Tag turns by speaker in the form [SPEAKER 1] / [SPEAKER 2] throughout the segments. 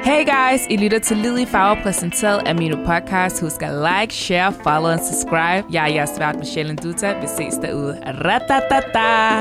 [SPEAKER 1] Hey guys, I lytter til Lyd i Farver, præsenteret af Mino Podcast. Husk at like, share, follow og subscribe. Jeg er jeres vært Michelle Nduta. Vi ses derude. Ratatata!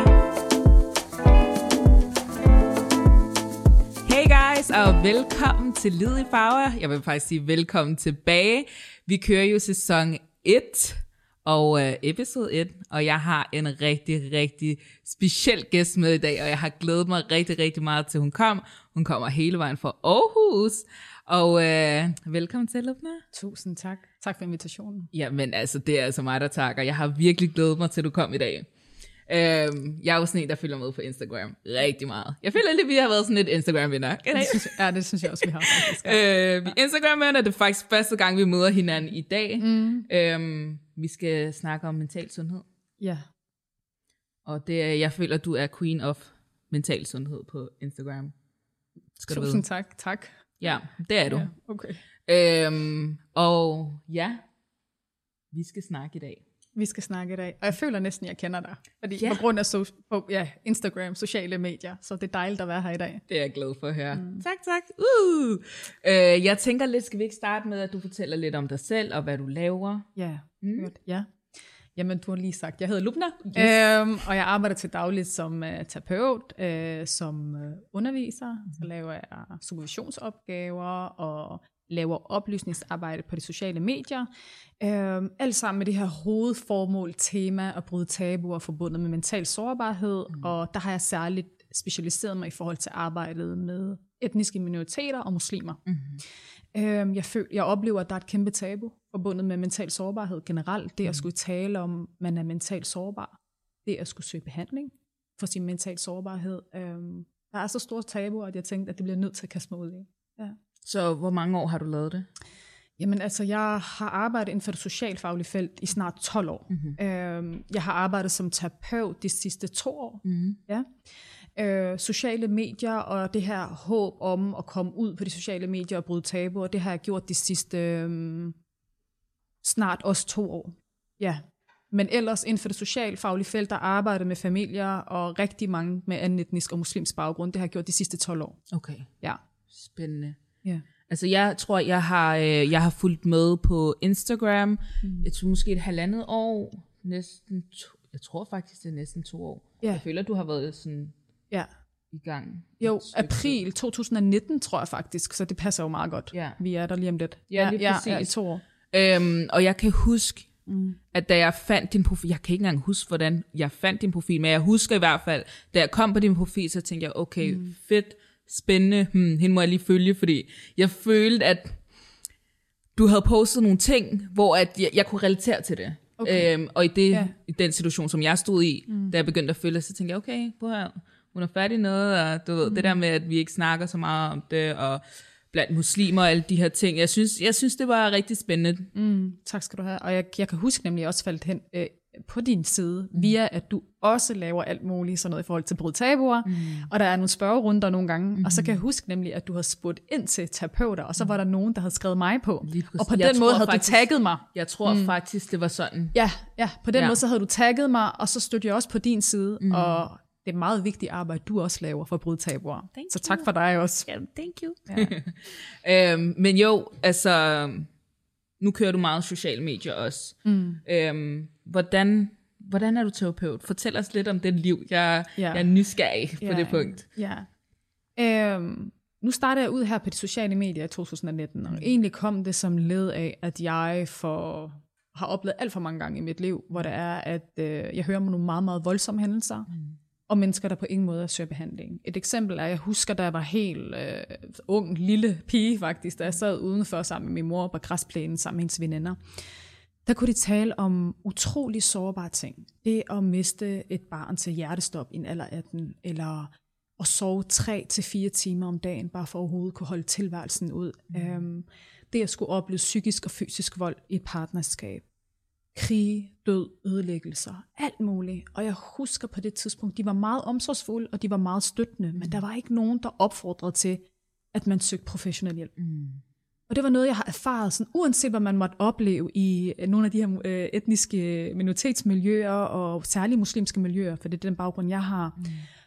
[SPEAKER 1] Hey guys, og velkommen til Lyd i Farver. Jeg vil faktisk sige velkommen tilbage. Vi kører jo sæson 1 og episode 1, og jeg har en rigtig, rigtig speciel gæst med i dag, og jeg har glædet mig rigtig, rigtig meget til, hun kom. Hun kommer hele vejen fra Aarhus, og velkommen til, Lubna.
[SPEAKER 2] Tusind tak. Tak for invitationen.
[SPEAKER 1] Jamen altså, det er altså mig, der takker. Jeg har virkelig glædet mig til, at du kom i dag. Jeg er jo sådan en, der følger med på Instagram rigtig meget. Jeg føler lidt, vi har været sådan lidt Instagram-venner.
[SPEAKER 2] Det synes jeg også, vi har.
[SPEAKER 1] Instagram-venner, det er faktisk første gang, vi møder hinanden i dag. Vi skal snakke om mental sundhed.
[SPEAKER 2] Ja.
[SPEAKER 1] Og det er, jeg føler, du er queen of mental sundhed på Instagram. Skal
[SPEAKER 2] Tusind tak. Tak.
[SPEAKER 1] Ja, det er du.
[SPEAKER 2] Ja, okay.
[SPEAKER 1] Og ja, vi skal snakke i dag.
[SPEAKER 2] Vi skal snakke i dag. Og jeg føler næsten, jeg kender dig. Fordi på grund af Instagram, sociale medier. Så det er dejligt at være her i dag.
[SPEAKER 1] Det er jeg glad for at høre. Tak. Jeg tænker lidt, skal vi ikke starte med, at du fortæller lidt om dig selv, og hvad du laver?
[SPEAKER 2] Ja, godt. Ja. Jamen, du har lige sagt, jeg hedder Lubna, og jeg arbejder til dagligt som terapeut, som underviser. Så laver jeg supervisionsopgaver og laver oplysningsarbejde på de sociale medier. Alt sammen med det her hovedformål, tema at bryde tabuer forbundet med mental sårbarhed. Og der har jeg særligt specialiseret mig i forhold til arbejdet med etniske minoriteter og muslimer. Jeg oplever, at der er et kæmpe tabu forbundet med mental sårbarhed generelt. Det at skulle tale om, man er mentalt sårbar. Det at skulle søge behandling for sin mental sårbarhed. Der er så store tabuer, at jeg tænkte, at det bliver nødt til at kaste mig ud i. Ja.
[SPEAKER 1] Så hvor mange år har du lavet det?
[SPEAKER 2] Jamen altså, jeg har arbejdet inden for det socialfaglige felt i snart 12 år. Jeg har arbejdet som terapeut de sidste 2 år. Ja. Sociale medier og det her håb om at komme ud på de sociale medier og bryde tabuer, det har jeg gjort de sidste snart også 2 år. Ja. Men ellers inden for det socialfaglige felt, der arbejder med familier og rigtig mange med anden etnisk og muslimsk baggrund, det har jeg gjort de sidste 12 år.
[SPEAKER 1] Okay.
[SPEAKER 2] Ja.
[SPEAKER 1] Spændende.
[SPEAKER 2] Ja.
[SPEAKER 1] Altså jeg tror, jeg har fulgt med på Instagram, jeg tror måske et 1,5 år, jeg tror faktisk det er næsten 2 år.
[SPEAKER 2] Ja.
[SPEAKER 1] Jeg føler, du har været sådan i gang.
[SPEAKER 2] Jo, april 2019 tror jeg faktisk, så det passer jo meget godt.
[SPEAKER 1] Ja.
[SPEAKER 2] Vi er der lige om lidt.
[SPEAKER 1] Ja, lige præcis.
[SPEAKER 2] Ja, i 2 år.
[SPEAKER 1] Og jeg kan huske, at da jeg fandt din profil, jeg kan ikke engang huske, hvordan jeg fandt din profil, men jeg husker i hvert fald, da jeg kom på din profil, så tænkte jeg, okay, fedt, spændende, hende må jeg lige følge, fordi jeg følte, at du havde postet nogle ting, hvor at jeg kunne relatere til det. Okay. Og i den situation, som jeg stod i, da jeg begyndte at følge, så tænkte jeg, okay, hun er færdig noget, og du ved, det der med, at vi ikke snakker så meget om det, og blandt muslimer og alle de her ting. Jeg synes det var rigtig spændende.
[SPEAKER 2] Tak skal du have. Og jeg kan huske nemlig også faldt hen på din side, via at du også laver alt muligt sådan noget i forhold til brud tabuer, og der er nogle spørgerunder nogle gange, og så kan jeg huske nemlig, at du havde spurgt ind til terapeuter, og så var der nogen, der havde skrevet mig på, og på den måde havde du tagget mig.
[SPEAKER 1] Jeg tror faktisk, det var sådan.
[SPEAKER 2] Ja, på den måde så havde du tagget mig, og så stødte jeg også på din side, og det er meget vigtigt arbejde, du også laver for at bryde tabuer. Så tak for dig også.
[SPEAKER 1] Yeah, thank you. Ja. Men jo, altså, nu kører du meget sociale medier også. Hvordan er du terapeut? Fortæl os lidt om det liv. Jeg er nysgerrig på det punkt.
[SPEAKER 2] Ja. Nu startede jeg ud her på de sociale medier i 2019, og egentlig kom det som led af, at jeg har oplevet alt for mange gange i mit liv, hvor det er, at jeg hører om nogle meget, meget voldsomme hændelser, og mennesker, der på ingen måde søger behandling. Et eksempel er, jeg husker, da jeg var helt ung, lille pige faktisk, da jeg sad udenfor sammen med min mor på græsplænen sammen med hendes veninder. Der kunne de tale om utrolig sårbare ting. Det at miste et barn til hjertestop i en alder 18, eller at sove 3-4 timer om dagen, bare for overhovedet kunne holde tilværelsen ud. Det at skulle opleve psykisk og fysisk vold i et partnerskab. Krig, død, ødelæggelser, alt muligt. Og jeg husker på det tidspunkt, de var meget omsorgsfulde, og de var meget støttende, men der var ikke nogen, der opfordrede til, at man søgte professionel hjælp. Og det var noget, jeg har erfaret, sådan, uanset hvad man måtte opleve i nogle af de her etniske minoritetsmiljøer, og særlige muslimske miljøer, for det er den baggrund, jeg har.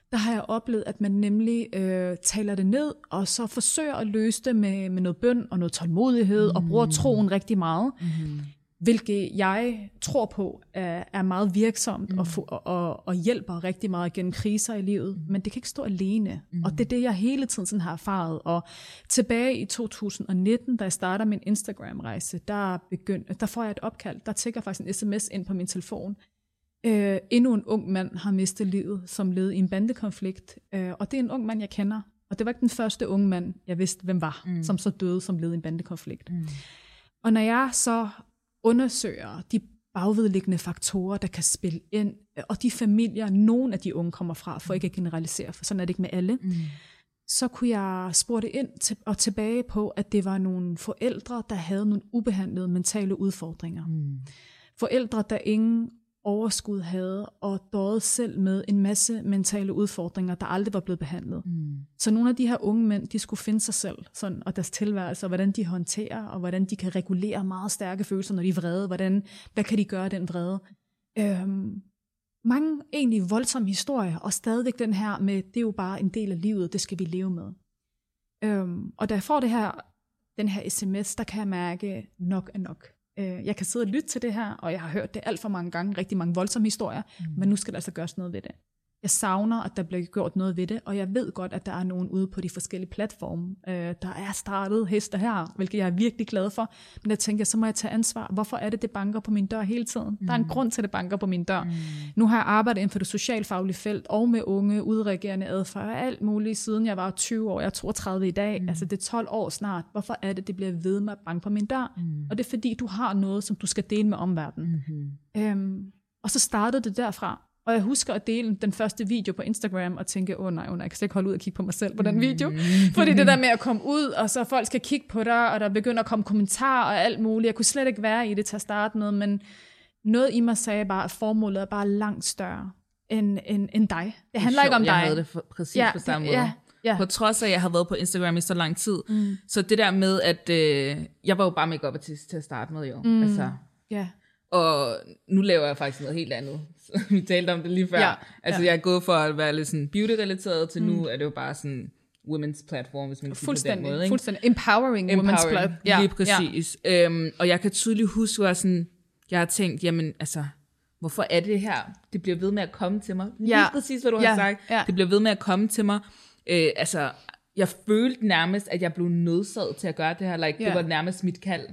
[SPEAKER 2] der har jeg oplevet, at man nemlig taler det ned, og så forsøger at løse det med noget bøn og noget tålmodighed, og bruger troen rigtig meget. Hvilket jeg tror på er meget virksomt og hjælper rigtig meget gennem kriser i livet, men det kan ikke stå alene. Og det er det, jeg hele tiden sådan har erfaret. Og tilbage i 2019, da jeg starter min Instagram-rejse, der får jeg et opkald. Der tikker faktisk en sms ind på min telefon. Endnu en ung mand har mistet livet som led i en bandekonflikt, og det er en ung mand, jeg kender. Og det var ikke den første unge mand, jeg vidste, hvem var, som så døde som led i en bandekonflikt. Og når jeg så undersøger de bagvedliggende faktorer, der kan spille ind, og de familier, nogle af de unge kommer fra, for ikke at generalisere, for sådan er det ikke med alle, så kunne jeg spore det ind og tilbage på, at det var nogle forældre, der havde nogle ubehandlede mentale udfordringer. Forældre, der ingen overskud havde, og døde selv med en masse mentale udfordringer, der aldrig var blevet behandlet. Så nogle af de her unge mænd, de skulle finde sig selv, sådan, og deres tilværelse, og hvordan de håndterer, og hvordan de kan regulere meget stærke følelser, når de er vrede, hvad kan de gøre den vrede. Mange egentlig voldsomme historier, og stadigvæk den her med, det er jo bare en del af livet, det skal vi leve med. Og da jeg får den her sms, der kan jeg mærke, nok er nok. Jeg kan sidde og lytte til det her, og jeg har hørt det alt for mange gange, rigtig mange voldsomme historier, men nu skal der altså gøres noget ved det. Jeg savner, at der bliver gjort noget ved det, og jeg ved godt, at der er nogen ude på de forskellige platforme, der er startet hester her, hvilket jeg er virkelig glad for. Men jeg tænker, så må jeg tage ansvar. Hvorfor er det banker på min dør hele tiden? Der er en grund til, at det banker på min dør. Nu har jeg arbejdet inden for det socialfaglige felt, og med unge, udreagerende adfærd, og alt muligt, siden jeg var 20 år. Jeg er 32 i dag. Altså det er 12 år snart. Hvorfor er det bliver ved med at banke på min dør? Og det er fordi, du har noget, som du skal dele med omverdenen. Og så startede det derfra. Og jeg husker at dele den første video på Instagram og tænke, nej, jeg kan slet ikke holde ud og kigge på mig selv på den video. Fordi det der med at komme ud, og så folk skal kigge på dig, og der begynder at komme kommentarer og alt muligt. Jeg kunne slet ikke være i det til at starte med, men noget i mig sagde bare, at formålet er bare langt større end dig. Det handler ikke om dig.
[SPEAKER 1] Jeg havde det præcis på samme måde. På trods af, at jeg havde været på Instagram i så lang tid. Så det der med, at jeg var jo bare make-up-artist til at starte med, jo. Altså, og nu laver jeg faktisk noget helt andet. Vi talte om det lige før. Jeg er gået for at være lidt sådan beauty-relateret, til nu er det jo bare sådan women's platform, hvis man kan sige på den måde. Ikke?
[SPEAKER 2] Fuldstændig. Empowering women's platform.
[SPEAKER 1] Lige præcis. Og jeg kan tydeligt huske, at sådan, jeg har tænkt, jamen altså, hvorfor er det her? Det bliver ved med at komme til mig. Lige præcis, hvad du har sagt. Det bliver ved med at komme til mig. Jeg følte nærmest, at jeg blev nødsaget til at gøre det her. Det var nærmest mit kald.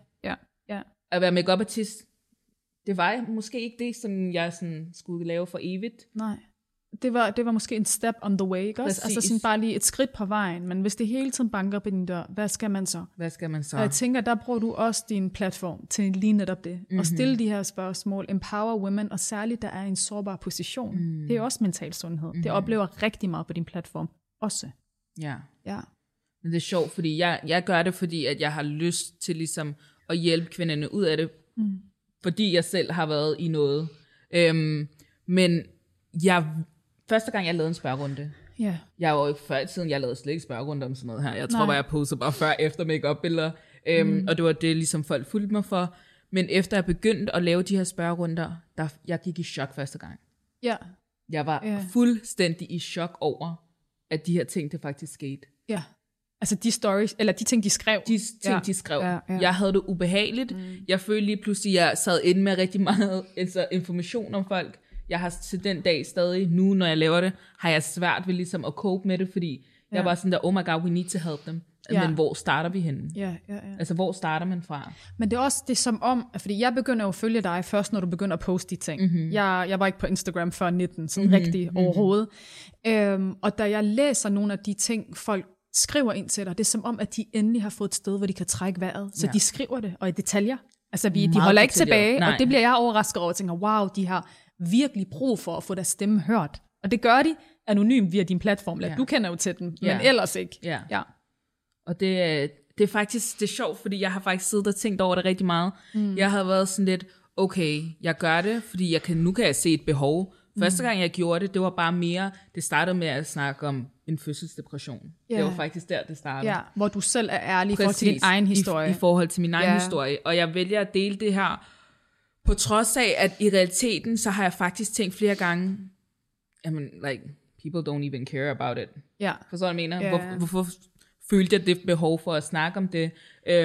[SPEAKER 1] At være make-up-artist, det var måske ikke det, som jeg sådan skulle lave for evigt.
[SPEAKER 2] Nej, det var måske en step on the way, ikke også? Altså sådan bare lige et skridt på vejen, men hvis det hele tiden banker på din dør, hvad skal man så? Og jeg tænker, der bruger du også din platform til lige netop det, og stille de her spørgsmål, empower women, og særligt der er en sårbar position. Det er også mental sundhed. Det oplever rigtig meget på din platform også.
[SPEAKER 1] Ja. Men det er sjovt, fordi jeg gør det, fordi at jeg har lyst til ligesom at hjælpe kvinderne ud af det, fordi jeg selv har været i noget. Men første gang jeg lavede en spørgerunde, jeg var jo ikke før i tiden, jeg lavede slet ikke spørgerunde om sådan noget her. Jeg tror bare, jeg postede bare før efter make-up-billeder. Og det var det, ligesom folk fulgte mig for. Men efter jeg begyndte at lave de her spørgerunder, jeg gik i chok første gang. Jeg var fuldstændig i chok over, at de her ting, det faktisk skete.
[SPEAKER 2] Altså de stories, eller de ting, de skrev.
[SPEAKER 1] De skrev. Jeg havde det ubehageligt. Jeg følte lige pludselig, at jeg sad inde med rigtig meget information om folk. Jeg har til den dag stadig, nu når jeg laver det, har jeg svært ved ligesom at cope med det, fordi jeg var sådan der, oh my god, we need to help them. Men hvor starter vi henne? Altså, hvor starter man fra?
[SPEAKER 2] Men det er også det som om, fordi jeg begynder jo at følge dig først, når du begynder at poste de ting. Jeg var ikke på Instagram før 19, sådan rigtig overhovedet. Og da jeg læser nogle af de ting, folk skriver ind til dig, det er som om, at de endelig har fået et sted, hvor de kan trække vejret. Så de skriver det, og i detaljer. Altså, de holder ikke tilbage, og det bliver jeg overrasket over. Jeg tænker, wow, de har virkelig brug for at få deres stemme hørt. Og det gør de anonymt via din platform. Du kender jo til den, men ellers ikke.
[SPEAKER 1] Og det er faktisk, det er sjovt, fordi jeg har faktisk siddet og tænkt over det rigtig meget. Jeg har været sådan lidt, okay, jeg gør det, fordi nu kan jeg se et behov. Første gang jeg gjorde det var bare mere, det startede med at snakke om en fødselsdepression. Det var faktisk der, det startede.
[SPEAKER 2] Hvor du selv er ærlig i forhold til din egen historie.
[SPEAKER 1] I forhold til min egen historie. Og jeg vælger at dele det her, på trods af, at i realiteten, så har jeg faktisk tænkt flere gange, jamen, people don't even care about it.
[SPEAKER 2] Ja.
[SPEAKER 1] Forstår du, hvad jeg mener?
[SPEAKER 2] Ja.
[SPEAKER 1] Hvorfor følte jeg det behov for at snakke om det?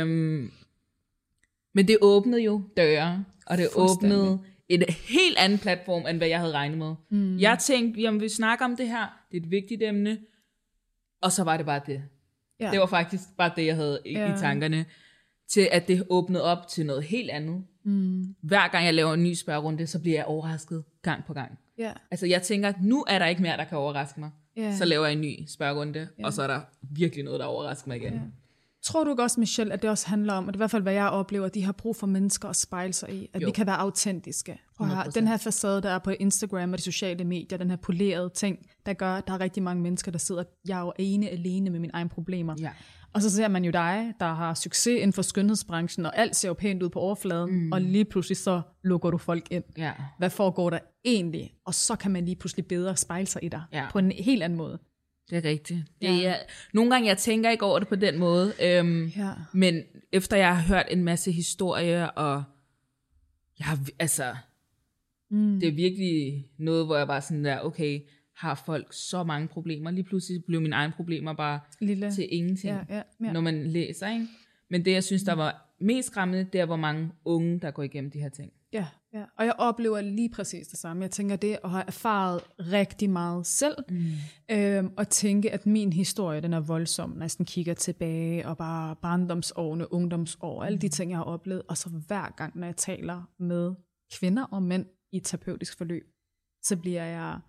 [SPEAKER 1] Men det åbnede jo døre, og det åbnede en helt anden platform, end hvad jeg havde regnet med. Jeg tænkte, jamen vi snakker om det her, det er et vigtigt emne, og så var det bare det. Ja. Det var faktisk bare det, jeg havde i tankerne, til at det åbnede op til noget helt andet. Hver gang jeg laver en ny spørgerunde, så bliver jeg overrasket gang på gang. Altså jeg tænker, nu er der ikke mere, der kan overraske mig. Så laver jeg en ny spørgerunde, og så er der virkelig noget, der overrasker mig igen.
[SPEAKER 2] Tror du ikke også, Michelle, at det også handler om, at det er i hvert fald, hvad jeg oplever, at de har brug for mennesker at spejle sig i, at vi kan være autentiske. Den her facade, der er på Instagram og de sociale medier, den her polerede ting, der gør, at der er rigtig mange mennesker, der sidder, jeg er jo alene med mine egne problemer. Ja. Og så ser man jo dig, der har succes inden for skønhedsbranchen, og alt ser jo pænt ud på overfladen, og lige pludselig så lukker du folk ind. Ja. Hvad foregår der egentlig? Og så kan man lige pludselig bedre spejle sig i dig på en helt anden måde.
[SPEAKER 1] Det er rigtigt. Det er, nogle gange jeg tænker ikke over det på den måde, men efter jeg har hørt en masse historier, og jeg har, det er virkelig noget, hvor jeg bare sådan der, okay, har folk så mange problemer. Lige pludselig blev mine egne problemer bare til ingenting, når man læser, ikke? Men det, jeg synes, der var mest skræmmende, det er, hvor mange unge, der går igennem de her ting.
[SPEAKER 2] Ja, og jeg oplever lige præcis det samme. Jeg tænker det at have erfaret rigtig meget selv, og tænke, at min historie, den er voldsom, når jeg sådan kigger tilbage, og bare barndomsårene, ungdomsår, alle de ting, jeg har oplevet, og så hver gang, når jeg taler med kvinder og mænd i et terapeutisk forløb, så bliver jeg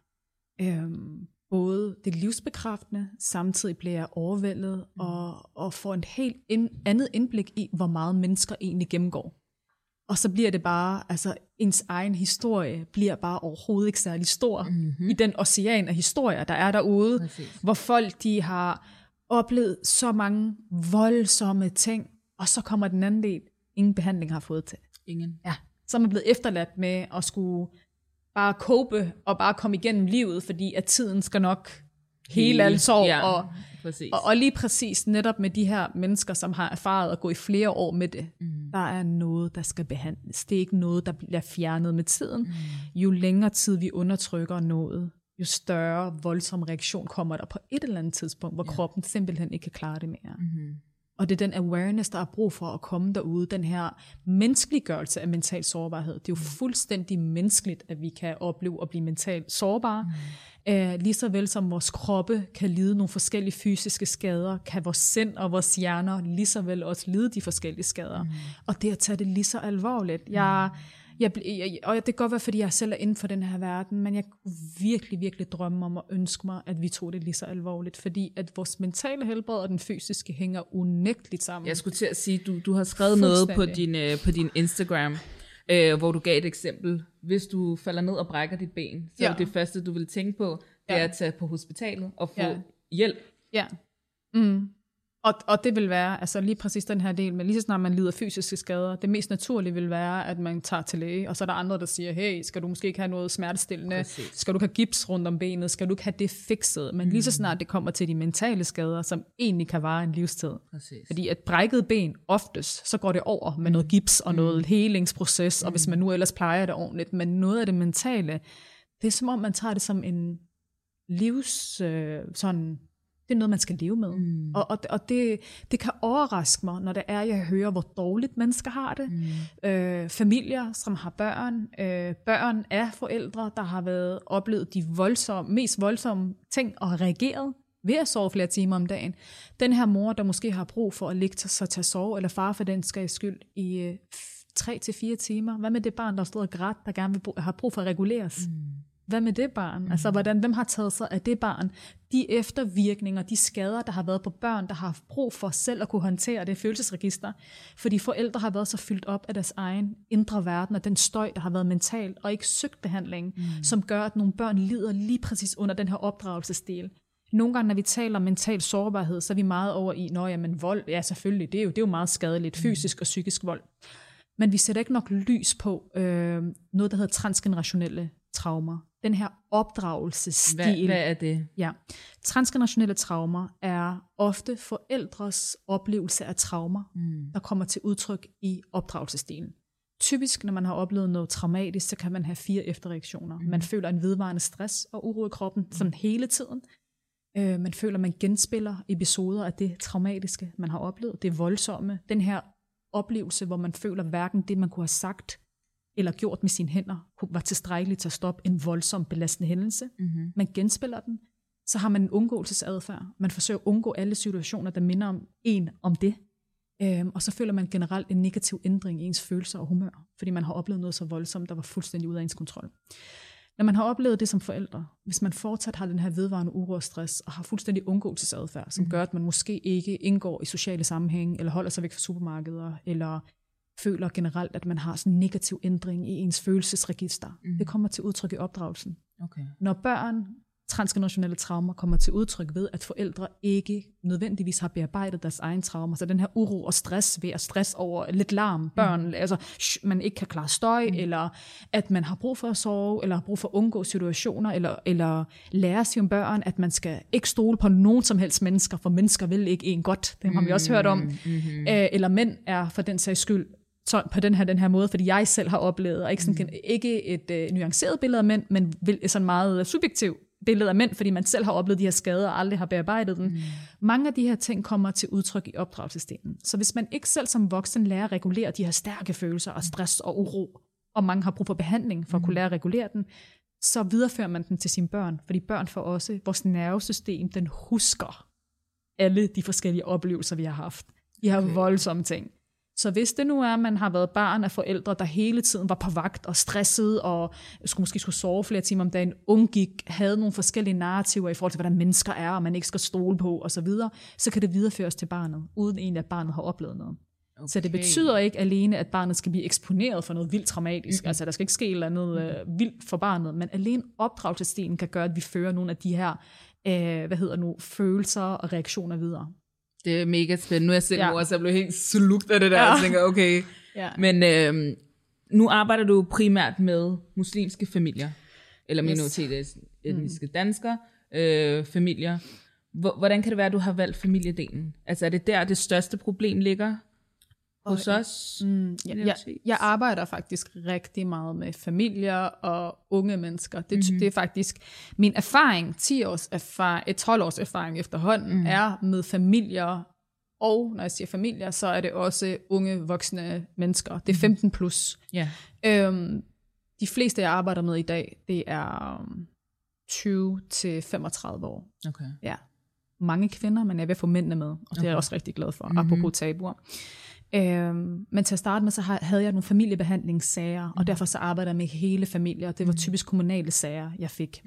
[SPEAKER 2] både det livsbekræftende, samtidig bliver jeg overvældet, og får en helt andet indblik i, hvor meget mennesker egentlig gennemgår. Og så bliver det bare, ens egen historie bliver bare overhovedet ikke særlig stor i den ocean af historier, der er derude, hvor folk, de har oplevet så mange voldsomme ting, og så kommer den anden del, ingen behandling har fået til.
[SPEAKER 1] Ingen.
[SPEAKER 2] Ja, så er man blevet efterladt med at skulle bare cope og bare komme igennem livet, fordi at tiden skal nok hele alt sorg. Og lige præcis netop med de her mennesker, som har erfaret at gå i flere år med det, der er noget, der skal behandles. Det er ikke noget, der bliver fjernet med tiden. Jo længere tid vi undertrykker noget, jo større voldsom reaktion kommer der på et eller andet tidspunkt, hvor kroppen simpelthen ikke kan klare det mere. Og det er den awareness, der er brug for at komme derude, den her menneskeliggørelse af mental sårbarhed. Det er jo fuldstændig menneskeligt, at vi kan opleve at blive mentalt sårbare. Lige så vel som vores kroppe kan lide nogle forskellige fysiske skader, kan vores sind og vores hjerner lige så vel også lide de forskellige skader. Og det at tage det lige så alvorligt. Og det kan godt være, fordi jeg selv er inden for den her verden, men jeg kunne virkelig, virkelig drømme om at ønske mig, at vi tog det lige så alvorligt, fordi at vores mentale helbred og den fysiske hænger unægteligt sammen.
[SPEAKER 1] Jeg skulle til at sige, du har skrevet noget på din Instagram, hvor du gav et eksempel. Hvis du falder ned og brækker dit ben, så er det første, du vil tænke på, det er at tage på hospitalet og få hjælp.
[SPEAKER 2] Ja. Og det vil være, lige præcis den her del, men lige så snart man lider fysiske skader, det mest naturlige vil være, at man tager til læge, og så er der andre, der siger, hey, skal du måske ikke have noget smertestillende, skal du ikke have gips rundt om benet, skal du ikke have det fikset, men lige så snart det kommer til de mentale skader, som egentlig kan vare en livstid. Fordi et brækket ben oftest, så går det over med noget gips og noget helingsproces, og hvis man nu ellers plejer det ordentligt, men noget af det mentale, det er som om man tager det som en livs det er noget, man skal leve med. Og det kan overraske mig, når det er, jeg hører, hvor dårligt mennesker har det. Familier, som har børn. Børn af forældre, der har oplevet de mest voldsomme ting og har reageret ved at sove flere timer om dagen. Den her mor, der måske har brug for at ligge sig til at sove, eller far for den skal i skyld, i 3-4 timer. Hvad med det barn, der står og grædt, der gerne har brug for at reguleres? Hvad med det barn? Hvem har taget sig af det barn? De eftervirkninger, de skader, der har været på børn, der har haft brug for selv at kunne håndtere det følelsesregister. Fordi forældre har været så fyldt op af deres egen indre verden, og den støj, der har været mentalt, og ikke søgt behandling, som gør, at nogle børn lider lige præcis under den her opdragelsesdel. Nogle gange, når vi taler om mental sårbarhed, så er vi meget over i, vold, ja selvfølgelig, det er jo meget skadeligt, fysisk og psykisk vold. Men vi sætter ikke nok lys på noget, der hedder transgenerationelle traumer. Den her opdragelsesstil.
[SPEAKER 1] Hvad er det?
[SPEAKER 2] Ja. Transgenerationelle traumer er ofte forældres oplevelse af traumer, der kommer til udtryk i opdragelsesstilen. typisk, når man har oplevet noget traumatisk, så kan man have 4 efterreaktioner. Man føler en vedvarende stress og uro i kroppen, sådan hele tiden. Man føler, at man genspiller episoder af det traumatiske, man har oplevet. Det er voldsomme. Den her oplevelse, hvor man føler, hverken det, man kunne have sagt eller gjort med sine hænder, var tilstrækkeligt til at stoppe en voldsom belastende hændelse. Man genspiller den. Så har man en undgåelsesadfærd. Man forsøger at undgå alle situationer, der minder om det. Og så føler man generelt en negativ ændring i ens følelser og humør, fordi man har oplevet noget så voldsomt, der var fuldstændig ude af ens kontrol. Når man har oplevet det som forældre, hvis man fortsat har den her vedvarende uro og stress, og har fuldstændig undgåelsesadfærd, som gør, at man måske ikke indgår i sociale sammenhænge, eller holder sig væk fra supermarkeder, eller føler generelt, at man har sådan en negativ ændring i ens følelsesregister. Det kommer til udtryk i opdragelsen.
[SPEAKER 1] Okay.
[SPEAKER 2] Når børn transgenerationelle traumer kommer til udtryk ved, at forældre ikke nødvendigvis har bearbejdet deres egen traumer. Så den her uro og stress ved at stress over lidt larm, børn, altså man ikke kan klare støj, eller at man har brug for at sove, eller har brug for at undgå situationer, eller lære sig om børn, at man skal ikke stole på nogen som helst mennesker, for mennesker vil ikke en godt. Det har vi også hørt om. Eller mænd er for den sags skyld så på den her måde, fordi jeg selv har oplevet, og ikke et nuanceret billede af mænd, men sådan meget subjektivt billede af mænd, fordi man selv har oplevet de her skader og aldrig har bearbejdet dem. Mange af de her ting kommer til udtryk i opdragelsesdelen. Så hvis man ikke selv som voksen lærer at regulere de her stærke følelser og stress og uro, og mange har brug for behandling for at kunne lære at regulere den, så viderefører man den til sine børn, fordi børn får også, vores nervesystem, den husker alle de forskellige oplevelser, vi har haft. De her voldsomme ting. Så hvis det nu er, at man har været barn af forældre, der hele tiden var på vagt og stresset, og måske skulle sove flere timer om dagen, undgik, havde nogle forskellige narrativer i forhold til, hvordan mennesker er, og man ikke skal stole på osv., så kan det videreføres til barnet, uden egentlig, at barnet har oplevet noget. Okay. Så det betyder ikke alene, at barnet skal blive eksponeret for noget vildt traumatisk, altså der skal ikke ske et eller andet vildt for barnet, men alene opdragelsesdelen kan gøre, at vi fører nogle af de her følelser og reaktioner videre.
[SPEAKER 1] Det er mega spændende. Nu er jeg selv mor, så jeg blev helt slugt af det der, og tænker, okay. Ja. Men nu arbejder du primært med muslimske familier, eller minoritetsetniske danskere, familier. Hvordan kan det være, at du har valgt familiedelen? Altså er det der, det største problem ligger hos os?
[SPEAKER 2] Jeg arbejder faktisk rigtig meget med familier og unge mennesker. Det er faktisk min erfaring, 12 års erfaring efterhånden, er med familier, og når jeg siger familier, så er det også unge voksne mennesker. Det er 15 plus. De fleste, jeg arbejder med i dag, det er 20 til 35 år. Okay. Ja. Mange kvinder, men jeg vil få mændene med, og det er jeg også rigtig glad for, apropos tabuer. Men til at starte med, så havde jeg nogle familiebehandlingssager, og derfor så arbejdede jeg med hele familier. Det var typisk kommunale sager, jeg fik.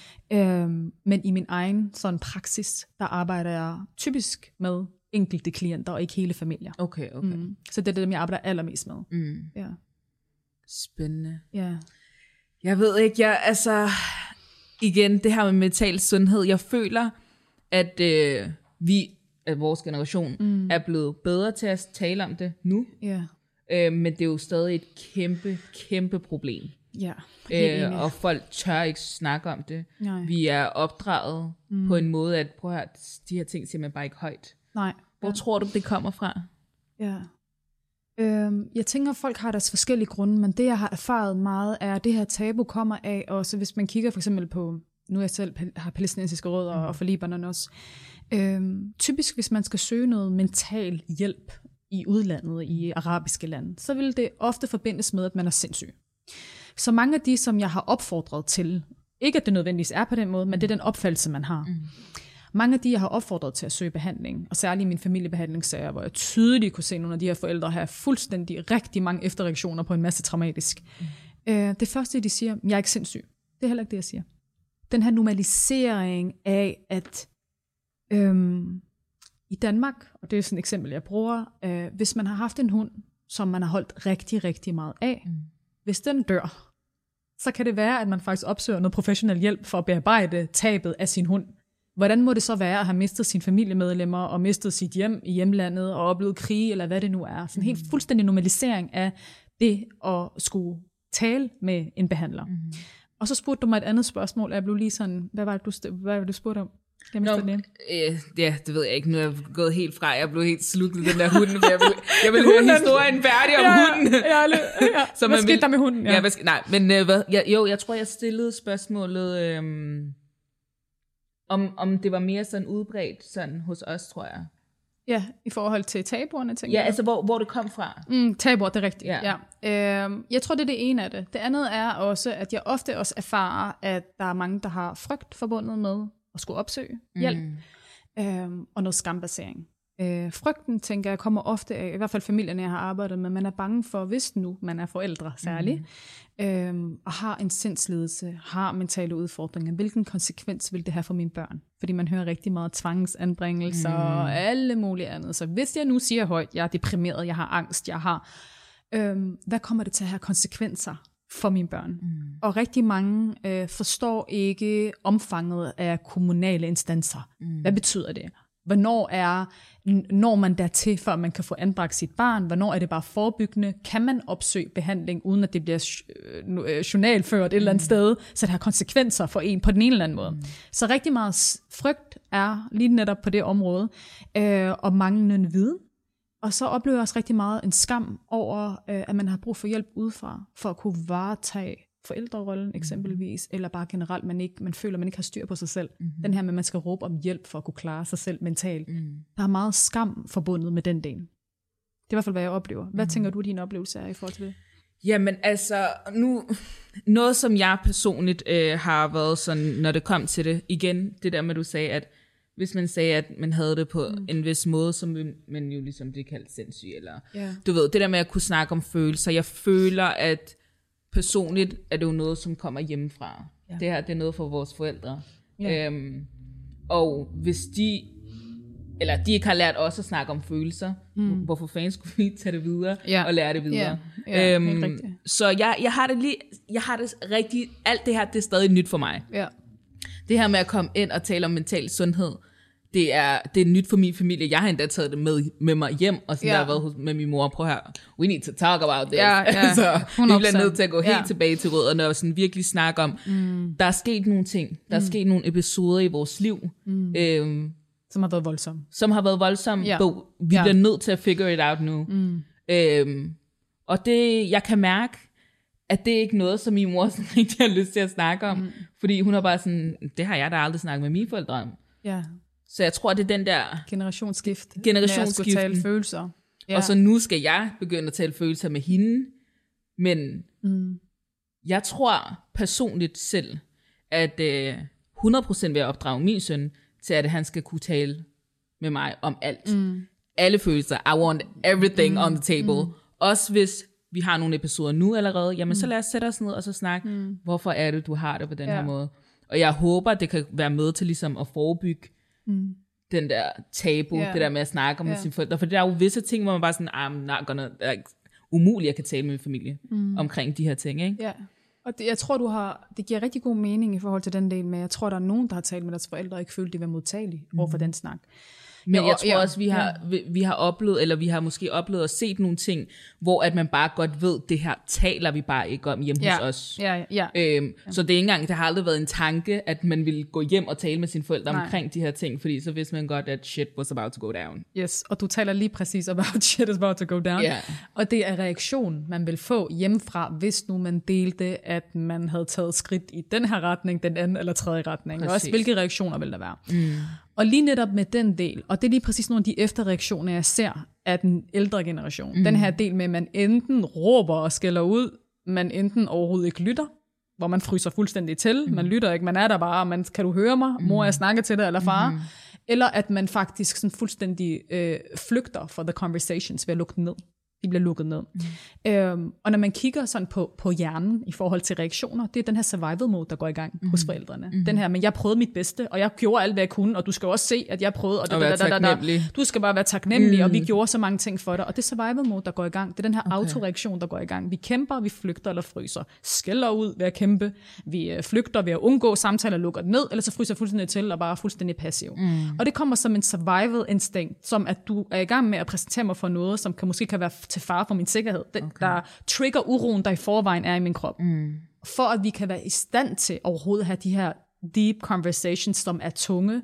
[SPEAKER 2] Men i min egen sådan praksis, der arbejder jeg typisk med enkelte klienter, og ikke hele familier.
[SPEAKER 1] Okay.
[SPEAKER 2] Så det er det, jeg arbejder allermest med. Ja.
[SPEAKER 1] Spændende.
[SPEAKER 2] Ja.
[SPEAKER 1] Jeg ved ikke, igen, det her med mental sundhed, jeg føler, at at vores generation er blevet bedre til at tale om det nu. Men det er jo stadig et kæmpe problem. Og folk tør ikke snakke om det. Nej. Vi er opdraget på en måde, at prøv at høre, de her ting siger man bare ikke højt.
[SPEAKER 2] Nej.
[SPEAKER 1] Hvor tror du, det kommer fra?
[SPEAKER 2] Ja. Jeg tænker, at folk har deres forskellige grunde, men det, jeg har erfaret meget, er, at det her tabu kommer af, og så hvis man kigger for eksempel på, nu er jeg selv har palæstinensiske rødder, og for Libanon også, typisk, hvis man skal søge noget mental hjælp i udlandet, i arabiske lande, så vil det ofte forbindes med, at man er sindssyg. Så mange af de, som jeg har opfordret til, ikke at det nødvendigvis er på den måde, men det er den opfattelse, man har. Mange af de, jeg har opfordret til at søge behandling, og særligt i min familiebehandlingssager, hvor jeg tydeligt kunne se nogle af de her forældre have fuldstændig rigtig mange efterreaktioner på en masse traumatisk. Det første, de siger, jeg er ikke sindssyg. Det er heller ikke det, jeg siger. Den her normalisering af, at i Danmark, og det er sådan et eksempel, jeg bruger, hvis man har haft en hund, som man har holdt rigtig, rigtig meget af, hvis den dør, så kan det være, at man faktisk opsøger noget professionel hjælp for at bearbejde tabet af sin hund. Hvordan må det så være at have mistet sine familiemedlemmer, og mistet sit hjem i hjemlandet, og oplevet krig, eller hvad det nu er? Sådan en helt fuldstændig normalisering af det at skulle tale med en behandler. Og så spurgte du mig et andet spørgsmål, og jeg blev lige sådan, hvad var det, du spurgte om?
[SPEAKER 1] Ja, det ved jeg ikke. Nu er jeg gået helt fra. Jeg blev helt sluttet den der hunden, for jeg vil høre historien færdig om hunden.
[SPEAKER 2] Hvad skete der med hunden?
[SPEAKER 1] Ja, nej, men jeg tror, jeg stillede spørgsmålet, om det var mere sådan udbredt sådan hos os, tror jeg.
[SPEAKER 2] Ja, i forhold til tabuerne, tænker jeg.
[SPEAKER 1] Ja, altså hvor det kom fra.
[SPEAKER 2] Tabuer, det er rigtigt. Ja. Jeg tror, det er det ene af det. Det andet er også, at jeg ofte også erfarer, at der er mange, der har frygt forbundet med at skulle opsøge hjælp, og noget skambasering. Frygten, tænker jeg, kommer ofte af, i hvert fald familierne, jeg har arbejdet med, man er bange for, hvis nu man er forældre særligt, og har en sindslidelse, har mentale udfordringer, hvilken konsekvens vil det have for mine børn? Fordi man hører rigtig meget tvangsanbringelser og alle mulige andet. Så hvis jeg nu siger højt, jeg er deprimeret, jeg har angst, jeg har, hvad kommer det til at have konsekvenser for mine børn? Og rigtig mange forstår ikke omfanget af kommunale instanser. Hvad betyder det? Når man dertil, før man kan få anbragt sit barn? Hvornår er det bare forebyggende? Kan man opsøge behandling, uden at det bliver journalført et eller andet sted, så det har konsekvenser for en på den ene eller anden måde? Så rigtig meget frygt er lige netop på det område, og manglende viden. Og så oplever jeg også rigtig meget en skam over, at man har brug for hjælp udefra, for at kunne varetage forældrerollen eksempelvis, eller bare generelt, man føler, man ikke har styr på sig selv. Den her med, at man skal råbe om hjælp for at kunne klare sig selv mentalt. Der er meget skam forbundet med den del. Det er i hvert fald, hvad jeg oplever. Hvad tænker du, din oplevelse er i forhold til det?
[SPEAKER 1] Jamen altså, noget som jeg personligt har været sådan, når det kom til det, igen, det der med, du sagde, at hvis man sagde, at man havde det på en vis måde, som man jo ligesom det kaldt sindssyg, eller du ved, det der med at kunne snakke om følelser. Jeg føler, at personligt er det jo noget, som kommer hjemmefra. Ja. Det her, det er noget for vores forældre. Ja. Og hvis de ikke har lært os at snakke om følelser, hvorfor fanden skulle vi tage det videre og lære det videre? Så jeg har det rigtig, alt det her, det er stadig nyt for mig. Ja. Det her med at komme ind og tale om mental sundhed, det er nyt for min familie. Jeg har endda taget det med mig hjem, og sådan der har været med min mor. Prøv her, we need to talk about this. Altså, vi bliver nødt til at gå helt tilbage til rødderne og sådan virkelig snakke om, der er sket nogle ting, der er sket nogle episoder i vores liv,
[SPEAKER 2] som har været voldsomme.
[SPEAKER 1] Vi bliver nødt til at figure it out nu. Og det, jeg kan mærke, at det er ikke noget, som min mor sådan rigtig har lyst til at snakke om, fordi hun er bare sådan, det har jeg da aldrig snakket med mine forældre om. Ja. Så jeg tror, det er den der
[SPEAKER 2] generationsskift. Med at skulle tale følelser.
[SPEAKER 1] Ja. Og så nu skal jeg begynde at tale følelser med hende. Men jeg tror personligt selv, at 100% vil jeg opdrage min søn til, at han skal kunne tale med mig om alt. Alle følelser. I want everything on the table. Også hvis vi har nogle episoder nu allerede, jamen så lad os sætte os ned og så snakke, hvorfor er det, du har det på den her måde. Og jeg håber, det kan være med til ligesom at forebygge den der tabu, det der med at snakke om sine forældre. For der er jo visse ting, hvor man bare sådan, I'm not gonna, umuligt, jeg kan tale med min familie omkring de her ting, ikke? Ja,
[SPEAKER 2] og jeg tror, det giver rigtig god mening i forhold til den del med, jeg tror, der er nogen, der har talt med deres forældre, og ikke følt, de var modtagelige over for den snak.
[SPEAKER 1] Men jeg tror også, vi har oplevet, eller vi har måske oplevet og set nogle ting, hvor at man bare godt ved, det her taler vi bare ikke om hjemme hos os. Så det er ikke engang, det har aldrig været en tanke, at man ville gå hjem og tale med sine forældre omkring de her ting, fordi så vidste man godt, at shit was about to go down.
[SPEAKER 2] Yes, og du taler lige præcis about shit is about to go down. Yeah. Og det er reaktion, man vil få hjemmefra, hvis nu man delte, at man havde taget skridt i den her retning, den anden eller tredje retning. Præcis. Og også hvilke reaktioner vil der være. Og lige netop med den del, og det er lige præcis nogle af de efterreaktioner, jeg ser af den ældre generation. Den her del med, at man enten råber og skælder ud, man enten overhovedet ikke lytter, hvor man fryser fuldstændig til, man lytter ikke, man er der bare, kan du høre mig, mor, jeg snakker til dig, eller far, eller at man faktisk sådan fuldstændig flygter fra the conversations ved at lukke ned. De bliver lukket ned. Og når man kigger sådan på hjernen i forhold til reaktioner, det er den her survival mode, der går i gang hos forældrene. Den her, men jeg prøvede mit bedste, og jeg gjorde alt, hvad jeg kunne, og du skal også se, at jeg prøvede, og du skal bare være taknemmelig, og vi gjorde så mange ting for dig. Og det survival mode, der går i gang, det er den her autoreaktion, der går i gang. Vi kæmper, vi flygter eller fryser. Skælder ud ved at kæmpe. Vi flygter ved at undgå samtaler, lukker ned, eller så fryser fuldstændig til og bare er fuldstændig passiv. Og det kommer som en survival instinct, som at du er i gang med at præsentere mig for noget, som måske kan være til fare for min sikkerhed. Der trigger uroen, der i forvejen er i min krop. For at vi kan være i stand til overhovedet at have de her deep conversations, som er tunge,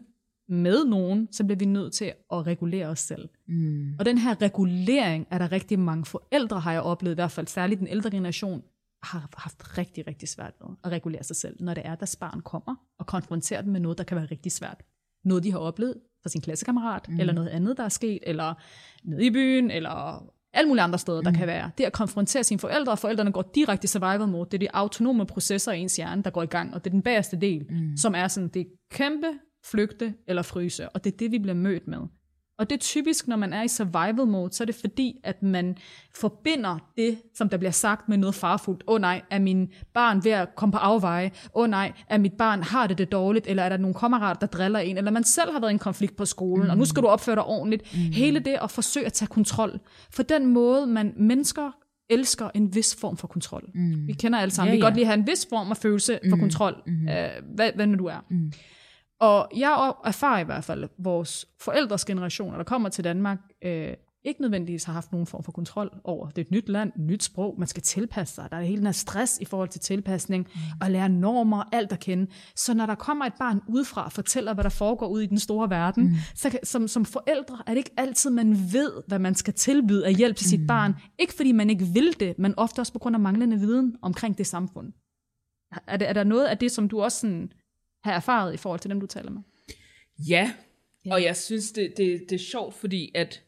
[SPEAKER 2] med nogen, så bliver vi nødt til at regulere os selv. Og den her regulering er der rigtig mange forældre, har jeg oplevet, i hvert fald særligt den ældre generation, har haft rigtig, rigtig svært ved at regulere sig selv, når det er, deres barn kommer og konfronterer dem med noget, der kan være rigtig svært. Noget, de har oplevet fra sin klassekammerat, eller noget andet, der er sket, eller nede i byen, eller alle mulige andre steder, der kan være. Det at konfrontere sine forældre, og forældrene går direkte i survival mode. Det er de autonome processer i ens hjerne, der går i gang, og det er den bagerste del, som er sådan, det er kæmpe, flygte eller fryse, og det er det, vi bliver mødt med. Og det er typisk, når man er i survival mode, så er det fordi, at man forbinder det, som der bliver sagt, med noget farfuldt. Nej, er min barn ved at komme på afveje? Nej, er mit barn har det dårligt? Eller er der nogle kammerater, der driller en? Eller man selv har været i en konflikt på skolen, og nu skal du opføre dig ordentligt. Hele det at forsøge at tage kontrol. For den måde, mennesker elsker en vis form for kontrol. Vi kender alle sammen. Vi kan godt lige have en vis form af følelse for kontrol. Hvad nu du er. Og jeg erfarer i hvert fald, at vores forældres generationer, der kommer til Danmark, ikke nødvendigvis har haft nogen form for kontrol over. Det er et nyt land, et nyt sprog, man skal tilpasse sig. Der er hele den her stress i forhold til tilpasning, og lære normer, alt at kende. Så når der kommer et barn udefra og fortæller, hvad der foregår ude i den store verden, så som forældre er det ikke altid, man ved, hvad man skal tilbyde af hjælp til sit barn. Ikke fordi man ikke vil det, men ofte også på grund af manglende viden omkring det samfund. Er der noget af det, som du også sådan har erfaret i forhold til dem, du taler med?
[SPEAKER 1] Ja, og jeg synes, det er sjovt, fordi at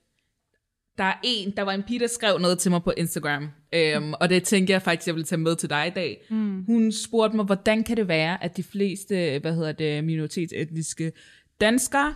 [SPEAKER 1] der var en pige, der skrev noget til mig på Instagram, og det tænker jeg faktisk, jeg vil tage med til dig i dag. Hun spurgte mig, hvordan kan det være, at de fleste, minoritetsetniske danskere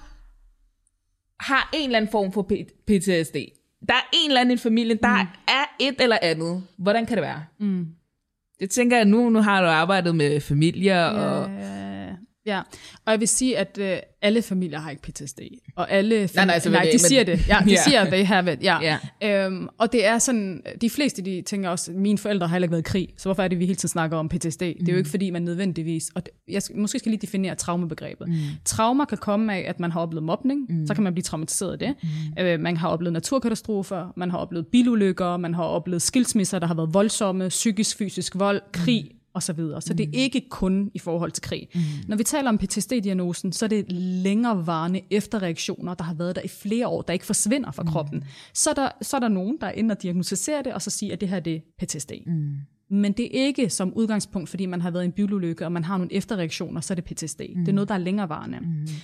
[SPEAKER 1] har en eller anden form for PTSD. Der er en eller anden i familien, der er et eller andet. Hvordan kan det være? Det tænker jeg, nu har du arbejdet med familier, og...
[SPEAKER 2] Ja, og jeg vil sige, at alle familier har ikke PTSD, og alle de siger det. Ja, de siger, they have it. Ja. Og det er sådan, de fleste de tænker også, mine forældre har heller ikke været i krig, så hvorfor er det, vi hele tiden snakker om PTSD? Det er jo ikke, fordi man nødvendigvis, og måske skal lige definere traumabegrebet. Traumer kan komme af, at man har oplevet mobning, så kan man blive traumatiseret af det. Man har oplevet naturkatastrofer, man har oplevet bilulykker, man har oplevet skilsmisser, der har været voldsomme, psykisk, fysisk vold, krig, og så videre. Så det er ikke kun i forhold til krig. Når vi taler om PTSD-diagnosen, så er det længerevarende efterreaktioner, der har været der i flere år, der ikke forsvinder fra kroppen. Så er der nogen, der er inde og diagnostiserer det, og så siger, at det her det er PTSD. Men det er ikke som udgangspunkt, fordi man har været i en bilulykke, og man har nogle efterreaktioner, så er det PTSD. Det er noget, der er længerevarende.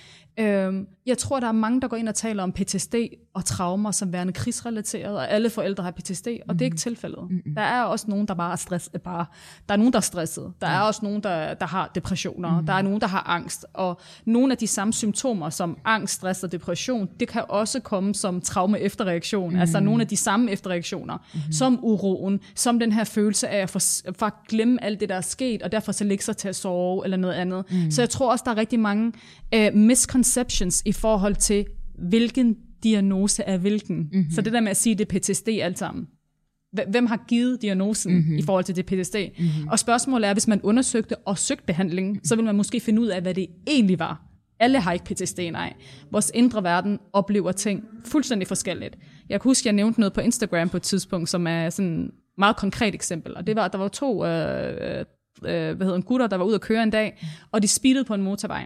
[SPEAKER 2] Jeg tror, der er mange, der går ind og taler om PTSD og traumer som værende krigsrelateret, og alle forældre har PTSD, og det er ikke tilfældet. Der er også nogen, der bare er stresset. Der er nogen, der er stresset. Der er også nogen, der har depressioner. Der er nogen, der har angst. Og nogle af de samme symptomer som angst, stress og depression, det kan også komme som traume-efterreaktion. Altså nogle af de samme efterreaktioner, som uroen, som den her følelse af at glemme alt det, der er sket, og derfor så lægge sig til at sove eller noget andet. Så jeg tror også, der er rigtig mange misconceptions i forhold til, hvilken diagnose er hvilken. Så det der med at sige, det er PTSD alt sammen. Hvem har givet diagnosen i forhold til det PTSD? Og spørgsmålet er, hvis man undersøgte og søgte behandling, så vil man måske finde ud af, hvad det egentlig var. Alle har ikke PTSD, nej. Vores indre verden oplever ting fuldstændig forskelligt. Jeg kan huske, jeg nævnte noget på Instagram på et tidspunkt, som er sådan et meget konkret eksempel. Og det var, at der var to gutter, der var ude at køre en dag, og de speedede på en motorvej.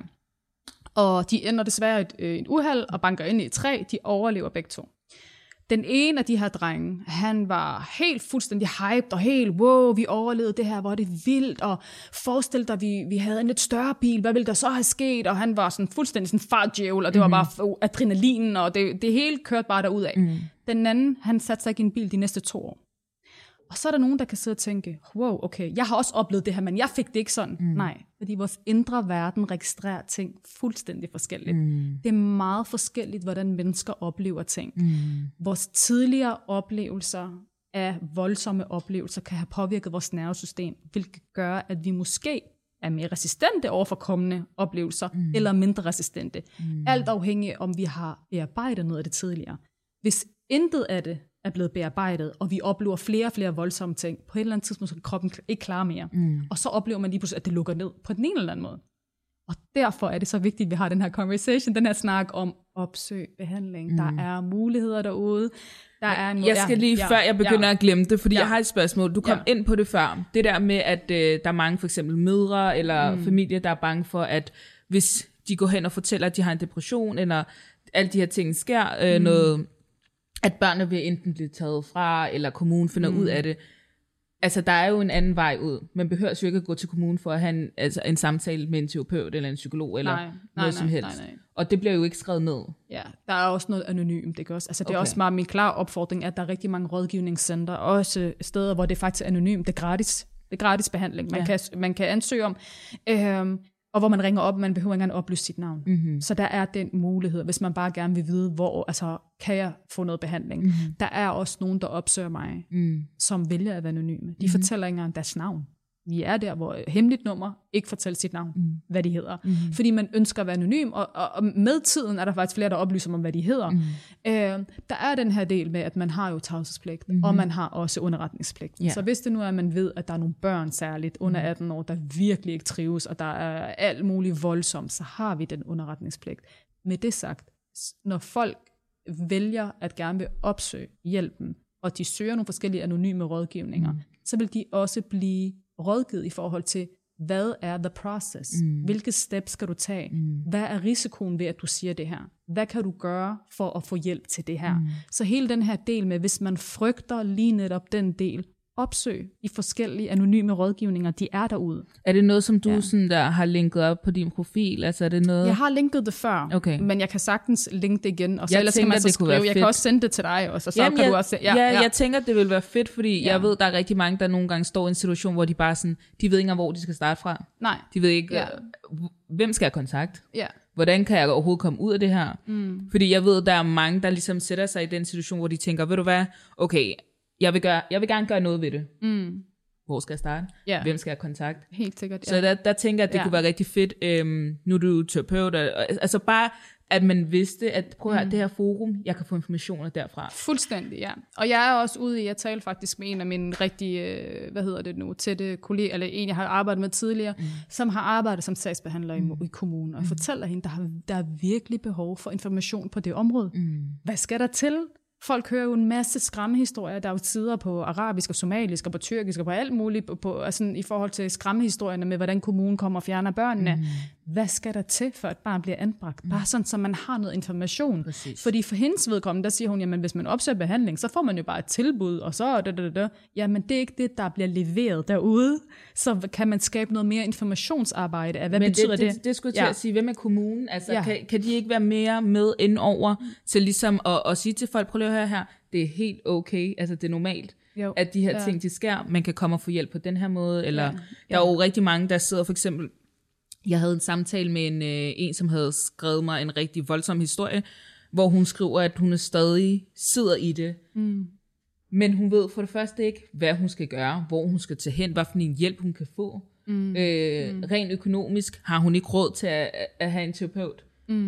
[SPEAKER 2] Og de ender desværre et uheld og banker ind i et træ. De overlever begge to. Den ene af de her drenge, han var helt fuldstændig hyped og helt, wow, vi overlevede det her, hvor det vildt, og forestil dig, vi havde en lidt større bil, hvad ville der så have sket? Og han var sådan fuldstændig sådan fartdjævel, og det var bare adrenalinen, og det hele kørte bare derudad. Den anden, han satte sig ikke i en bil de næste 2 år. Og så er der nogen, der kan sidde og tænke, wow, okay, jeg har også oplevet det her, men jeg fik det ikke sådan. Nej, fordi vores indre verden registrerer ting fuldstændig forskelligt. Det er meget forskelligt, hvordan mennesker oplever ting. Vores tidligere oplevelser af voldsomme oplevelser kan have påvirket vores nervesystem, hvilket gør, at vi måske er mere resistente over for kommende oplevelser, eller mindre resistente. Alt afhængig om vi har bearbejdet noget af det tidligere. Hvis intet af det er blevet bearbejdet, og vi oplever flere og flere voldsomme ting, på et eller andet tidspunkt, så kan kroppen ikke klare mere. Og så oplever man lige pludselig, at det lukker ned på den ene eller anden måde. Og derfor er det så vigtigt, at vi har den her conversation, den her snak om opsøg behandling. Der er muligheder derude. Der er
[SPEAKER 1] jeg skal lige, før jeg begynder at glemme det, fordi jeg har et spørgsmål. Du kom ind på det før. Det der med, at der er mange for eksempel mødre eller familier, der er bange for, at hvis de går hen og fortæller, at de har en depression, eller alle de her ting sker, noget, at børnene vil enten blive taget fra, eller kommunen finder ud af det. Altså, der er jo en anden vej ud. Man behøver jo ikke at gå til kommunen for at have en samtale med en terapeut, eller en psykolog, eller noget som helst. Nej. Og det bliver jo ikke skrevet ned.
[SPEAKER 2] Ja, der er også noget anonymt, ikke også? Altså, det er også meget min klare opfordring, at der er rigtig mange rådgivningscenter, også steder, hvor det faktisk er anonymt. Det er gratis. Det er gratis behandling. Man kan ansøge om, og hvor man ringer op, man behøver ikke engang oplyse sit navn. Så der er den mulighed, hvis man bare gerne vil vide, hvor, altså, kan jeg få noget behandling? Der er også nogen, der opsøger mig, som vælger at være anonyme. De fortæller ikke engang deres navn. Vi er der, hvor hemmeligt nummer ikke fortæller sit navn, hvad de hedder. Fordi man ønsker at være anonym, og med tiden er der faktisk flere, der oplyser om, hvad de hedder. Der er den her del med, at man har jo tavshedspligt, og man har også underretningspligt. Så hvis det nu er, at man ved, at der er nogle børn særligt under 18 år, der virkelig ikke trives, og der er alt muligt voldsomt, så har vi den underretningspligt. Med det sagt, når folk vælger at gerne vil opsøge hjælpen, og de søger nogle forskellige anonyme rådgivninger, så vil de også blive rådgivet i forhold til, hvad er the process? Hvilke steps skal du tage? Hvad er risikoen ved, at du siger det her? Hvad kan du gøre for at få hjælp til det her? Så hele den her del med, hvis man frygter lige netop den del, opsøg de forskellige anonyme rådgivninger, de er derude.
[SPEAKER 1] Er det noget, som du sådan der har linket op på din profil? Altså er det noget?
[SPEAKER 2] Jeg har linket det før, men jeg kan sagtens linke det igen, og så ellers kan man så skrive, jeg kan også sende det til dig, og så kan du også...
[SPEAKER 1] Jeg tænker, det vil være fedt, fordi jeg ved, der er rigtig mange, der nogle gange står i en situation, hvor de bare sådan, de ved ikke engang, hvor de skal starte fra.
[SPEAKER 2] Nej.
[SPEAKER 1] De ved ikke, hvem skal jeg kontakte? Hvordan kan jeg overhovedet komme ud af det her? Fordi jeg ved, der er mange, der ligesom sætter sig i den situation, hvor de tænker, ved du hvad, okay, jeg vil gerne gøre noget ved det. Hvor skal jeg starte? Hvem skal jeg kontakte?
[SPEAKER 2] Helt sikkert,
[SPEAKER 1] Så der tænker jeg, at det kunne være rigtig fedt. Nu er du terapeut. Altså bare, at man vidste, at prøv at høre, det her forum, jeg kan få informationer derfra.
[SPEAKER 2] Fuldstændig, ja. Og jeg er også ude i, jeg talte faktisk med en af mine rigtige, tætte kolleger, eller en, jeg har arbejdet med tidligere, som har arbejdet som sagsbehandler i kommunen. Og jeg fortæller hende, der er virkelig behov for information på det område. Hvad skal der til? Folk hører jo en masse skræmmehistorier, der er jo tider på arabisk og somalisk og på tyrkisk og på alt muligt, altså, i forhold til skræmmehistorierne med, hvordan kommunen kommer og fjerner børnene. Hvad skal der til, for et barn bliver anbragt? Bare sådan, så man har noget information.
[SPEAKER 1] Præcis.
[SPEAKER 2] Fordi for hendes vedkommende, der siger hun, jamen hvis man opsøger behandling, så får man jo bare et tilbud, og så Jamen det er ikke det, der bliver leveret derude. Så kan man skabe noget mere informationsarbejde af, hvad betyder det?
[SPEAKER 1] Det skulle jeg til at sige, hvem er kommunen? Altså, kan de ikke være mere med indover til ligesom at sige til folk, prøv lige at høre her, det er helt okay, altså det er normalt, at de her ting, de sker, man kan komme og få hjælp på den her måde, eller der er jo rigtig mange, der sidder for eksempel, jeg havde en samtale med en, som havde skrevet mig en rigtig voldsom historie, hvor hun skriver, at hun stadig sidder i det, men hun ved for det første ikke, hvad hun skal gøre, hvor hun skal tage hen, hvad for en hjælp hun kan få. Rent økonomisk har hun ikke råd til at have en terapeut.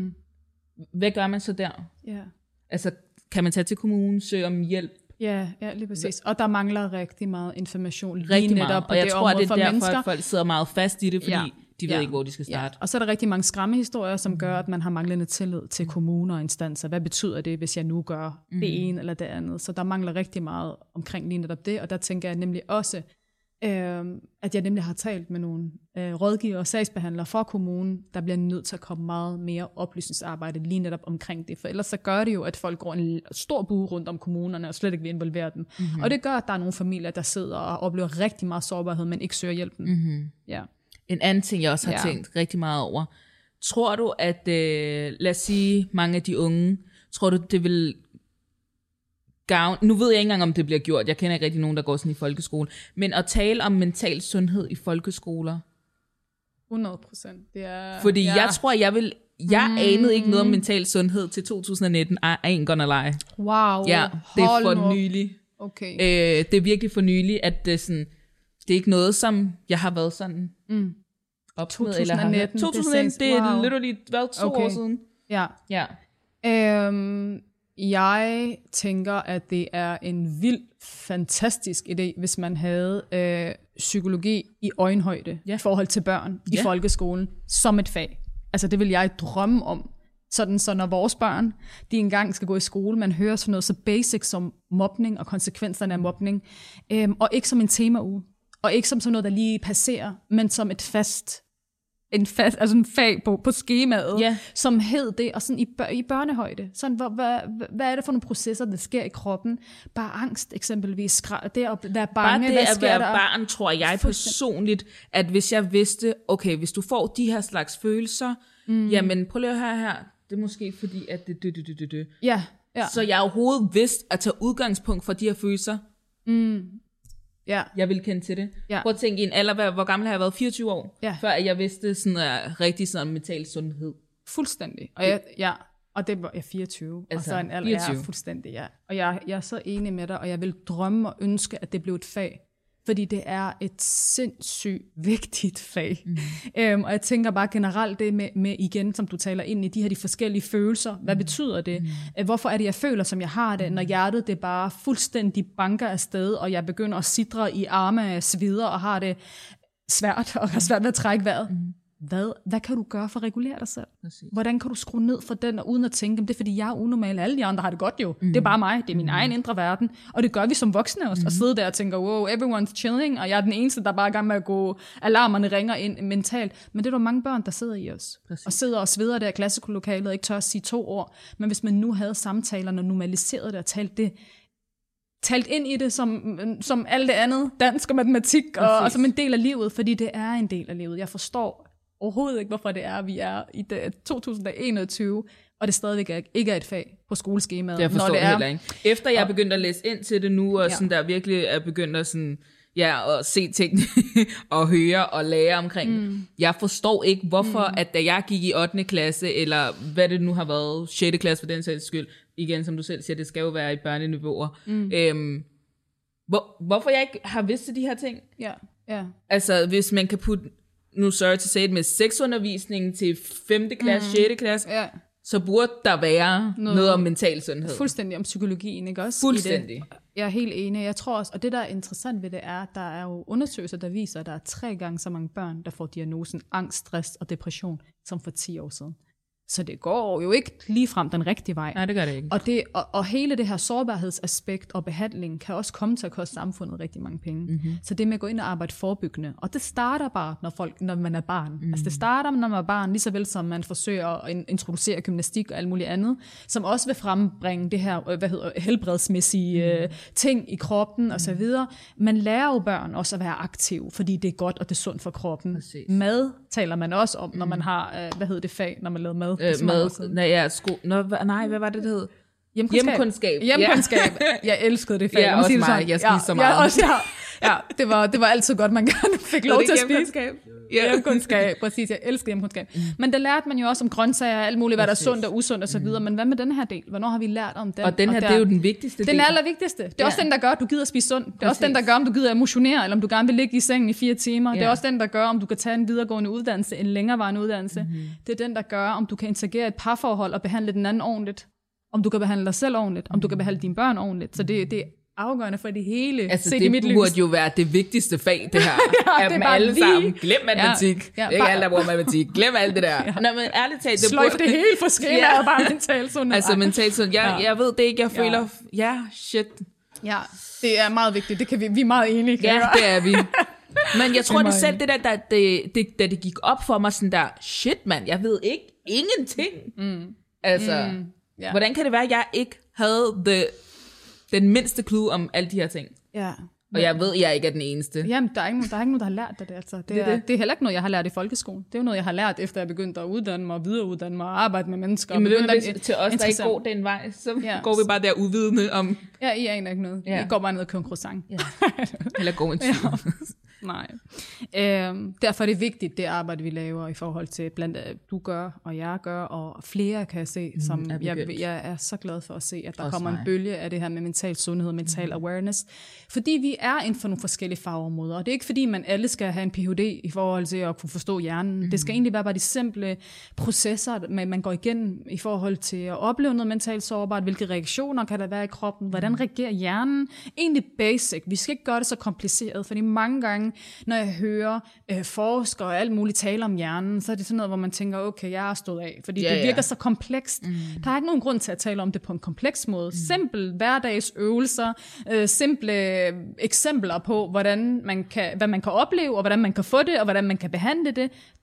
[SPEAKER 1] Hvad gør man så der? Altså, kan man tage til kommunen, søge om hjælp?
[SPEAKER 2] Ja, lige præcis. Og der mangler rigtig meget information lige
[SPEAKER 1] rigtig
[SPEAKER 2] netop
[SPEAKER 1] meget.
[SPEAKER 2] på
[SPEAKER 1] og jeg
[SPEAKER 2] det
[SPEAKER 1] tror,
[SPEAKER 2] område
[SPEAKER 1] det er
[SPEAKER 2] for
[SPEAKER 1] derfor,
[SPEAKER 2] mennesker.
[SPEAKER 1] at folk sidder meget fast i det, fordi de ved ikke, hvor de skal starte.
[SPEAKER 2] Og så er der rigtig mange skræmmehistorier, som gør, at man har manglende tillid til kommuner og instanser. Hvad betyder det, hvis jeg nu gør det ene eller det andet? Så der mangler rigtig meget omkring lige netop det, og der tænker jeg nemlig også, at jeg nemlig har talt med nogle rådgivere og sagsbehandlere for kommunen, der bliver nødt til at komme meget mere oplysningsarbejde lige netop omkring det. For ellers så gør det jo, at folk går en stor bue rundt om kommunerne og slet ikke vil involvere dem. Og det gør, at der er nogle familier, der sidder og oplever rigtig meget sårbarhed, men ikke søger hjælpen.
[SPEAKER 1] En anden ting, jeg også har tænkt rigtig meget over. Tror du, at, lad os sige, mange af de unge, tror du, det vil nu ved jeg ikke engang, om det bliver gjort. Jeg kender ikke rigtig nogen, der går sådan i folkeskole. Men at tale om mental sundhed i folkeskoler.
[SPEAKER 2] 100%.
[SPEAKER 1] Fordi jeg tror, jeg anede ikke noget om mental sundhed til 2019. I ain't gonna lie.
[SPEAKER 2] Wow.
[SPEAKER 1] Ja, det er for nylig.
[SPEAKER 2] Okay.
[SPEAKER 1] Det er virkelig for nylig, at det er ikke noget, som jeg har været sådan op
[SPEAKER 2] 2019,
[SPEAKER 1] med. 2019, det er literally været 2 år siden.
[SPEAKER 2] Ja. Jeg tænker, at det er en vild, fantastisk idé, hvis man havde psykologi i øjenhøjde i forhold til børn i folkeskolen som et fag. Altså det vil jeg drømme om. Sådan så når vores børn, de engang skal gå i skole, man hører sådan noget så basic som mobning og konsekvenserne af mobning, og ikke som en temauge, og ikke som sådan noget, der lige passerer, men som et fast en fag på skemaet, som hed det, og sådan i børnehøjde. Sådan, hvad er det for nogle processer, der sker i kroppen? Bare angst eksempelvis, det at være bange.
[SPEAKER 1] Bare det at være barn, tror jeg personligt, at hvis jeg vidste, okay, hvis du får de her slags følelser, jamen prøv lige at høre her, det er måske fordi, at det.
[SPEAKER 2] Ja.
[SPEAKER 1] Så jeg overhovedet vidste at tage udgangspunkt for de her følelser.
[SPEAKER 2] Ja. Jeg
[SPEAKER 1] vil kende til det. Ja. Prøv at tænke i en alder, hvor gammel har jeg været? 24 år? Ja. Før jeg vidste sådan rigtig sådan mental sundhed.
[SPEAKER 2] Fuldstændig. Og det var jeg 24. Altså, og så en alder, 24. Fuldstændig, ja. Og jeg er så enig med dig, og jeg vil drømme og ønske, at det blev et fag. Fordi det er et sindssygt vigtigt fag. Og jeg tænker bare generelt det med igen, som du taler ind i, de forskellige følelser. Hvad betyder det? Hvorfor er det, jeg føler, som jeg har det, når hjertet det bare fuldstændig banker afsted, og jeg begynder at sidre i arme af sveder, og har det svært, og har svært ved at trække vejret? Hvad kan du gøre for at regulere dig selv? Præcis. Hvordan kan du skrue ned for den, og uden at tænke, det er fordi, jeg er unormal, alle de andre har det godt jo. Det er bare mig, det er min egen indre verden. Og det gør vi som voksne også, og sidde der og tænker, wow, everyone's chilling, og jeg er den eneste, der bare er i gang med at gå, alarmerne ringer ind mentalt. Men det er der mange børn, der sidder i os. Præcis. Og sidder og sveder der i klasselokalet, og ikke tør at sige 2 ord. Men hvis man nu havde samtalerne, normaliseret det og talt ind i det som alt det andet, dansk og matematik, og som en del af livet, fordi det er en del af livet. Jeg forstår overhovedet ikke, hvorfor det er, vi er i 2021, og det stadigvæk ikke er et fag på skoleskemaet.
[SPEAKER 1] Det forstår jeg heller ikke. Efter jeg er begyndt at læse ind til det nu, og sådan der virkelig er begyndt at sådan, at se ting, og høre og lære omkring. Jeg forstår ikke, hvorfor at da jeg gik i 8. klasse, eller hvad det nu har været, 6. klasse for den sags skyld, igen, som du selv siger, det skal jo være i børneniveauer. Hvorfor jeg ikke har vidst de her ting?
[SPEAKER 2] Ja.
[SPEAKER 1] Altså, hvis man kan putte, nu sorry to say it, med sexundervisning til 5. klasse, 6. klasse, så burde der være noget om mental sundhed.
[SPEAKER 2] Fuldstændig om psykologien, ikke også?
[SPEAKER 1] Fuldstændig.
[SPEAKER 2] Jeg er helt enig. Jeg tror også, og det der er interessant ved det er, at der er jo undersøgelser, der viser, at der er 3 gange så mange børn, der får diagnosen angst, stress og depression, som for 10 år siden. Så det går jo ikke ligefrem den rigtige vej.
[SPEAKER 1] Nej, det gør det ikke.
[SPEAKER 2] Og hele det her sårbarhedsaspekt og behandling kan også komme til at koste samfundet rigtig mange penge. Så det med at gå ind og arbejde forebyggende. Og det starter bare, når man er barn. Altså det starter, når man er barn, lige så vel som man forsøger at introducere gymnastik og alt muligt andet, som også vil frembringe det her helbredsmæssige ting i kroppen og så videre. Man lærer jo børn også at være aktiv, fordi det er godt og det er sundt for kroppen. Præcis. Mad taler man også om, når man har, fag, når man laver mad.
[SPEAKER 1] Hvad var det hed? Hjemkundskab.
[SPEAKER 2] Jeg elskede det fag.
[SPEAKER 1] Ja, også mig. Jeg spiste så meget.
[SPEAKER 2] Det var altid godt, man gerne fik lov til at spise. Hjemkundskab, præcis. Jeg elsker hjemkundskab. Men der lærte man jo også om grøntsager og alt muligt, hvad der er sundt og usundt og så videre. Men hvad med den her del? Hvornår har vi lært om den?
[SPEAKER 1] Og den her, det er jo den vigtigste del.
[SPEAKER 2] Den allervigtigste. Det er også den, der gør, at du gider at spise sundt. Det er også den, der gør, om du gider at motionere, eller om du gerne vil ligge i sengen i 4 timer. Det er også den, der gør, om du kan tage en videregående uddannelse, en længerevarende uddannelse. Det er den, der gør, om du kan interagere et parforhold og behandle den anden ordentligt. Om du kan behandle dig selv ordentligt. Om du kan behandle dine børn ordentligt. Så det er afgørende for det hele.
[SPEAKER 1] Altså det burde jo være det vigtigste fag, det her. Af dem alle sammen. Glem matematik. Det er ikke alle, der bruger matematik. Glem alt det der. Nå, men ærligt talt.
[SPEAKER 2] Sløjf det hele for skemaet, bare mental sundhed.
[SPEAKER 1] Altså mental sundhed. Jeg ved det ikke, jeg føler, shit.
[SPEAKER 2] Ja, det er meget vigtigt. Det kan vi er meget enige.
[SPEAKER 1] Ja, det er vi. Men jeg tror det selv, det der, da det gik op for mig, sådan der, shit mand, jeg ved ikke ingenting. Altså, hvordan kan det være, at jeg ikke havde den mindste clue om alle de her ting?
[SPEAKER 2] Ja.
[SPEAKER 1] Og jeg ved, at jeg ikke er den eneste.
[SPEAKER 2] Jamen, der er ikke nogen, der har lært det. Altså. Det er heller ikke noget, jeg har lært i folkeskolen. Det er jo noget, jeg har lært, efter jeg begyndte at uddanne mig og videreuddanne mig og arbejde med mennesker.
[SPEAKER 1] Jamen, til os, der ikke går den vej, så går vi bare der uvidende om...
[SPEAKER 2] Ja, I aner ikke noget. I går bare ned og køber en croissant. Ja.
[SPEAKER 1] Eller gå en tur.
[SPEAKER 2] Nej. Derfor er det vigtigt, det arbejde, vi laver i forhold til, blandt du gør, og jeg gør, og flere kan jeg se, som jeg er så glad for at se, at der også kommer en bølge af det her med mental sundhed og mental awareness. Fordi vi er inden for nogle forskellige fagområder, og det er ikke fordi, man alle skal have en Ph.D. i forhold til at kunne forstå hjernen. Det skal egentlig være bare de simple processer, man går igennem i forhold til at opleve noget mentalt sårbart, hvilke reaktioner kan der være i kroppen, hvordan reagerer hjernen. Egentlig basic. Vi skal ikke gøre det så kompliceret, fordi mange gange, når jeg hører forskere og alt muligt tale om hjernen, så er det sådan noget, hvor man tænker, okay, jeg er stået af, fordi det virker så komplekst. Der er ikke nogen grund til at tale om det på en kompleks måde. Simple hverdagsøvelser, simple eksempler på, hvad man kan opleve, og hvordan man kan få det, og hvordan man kan behandle det.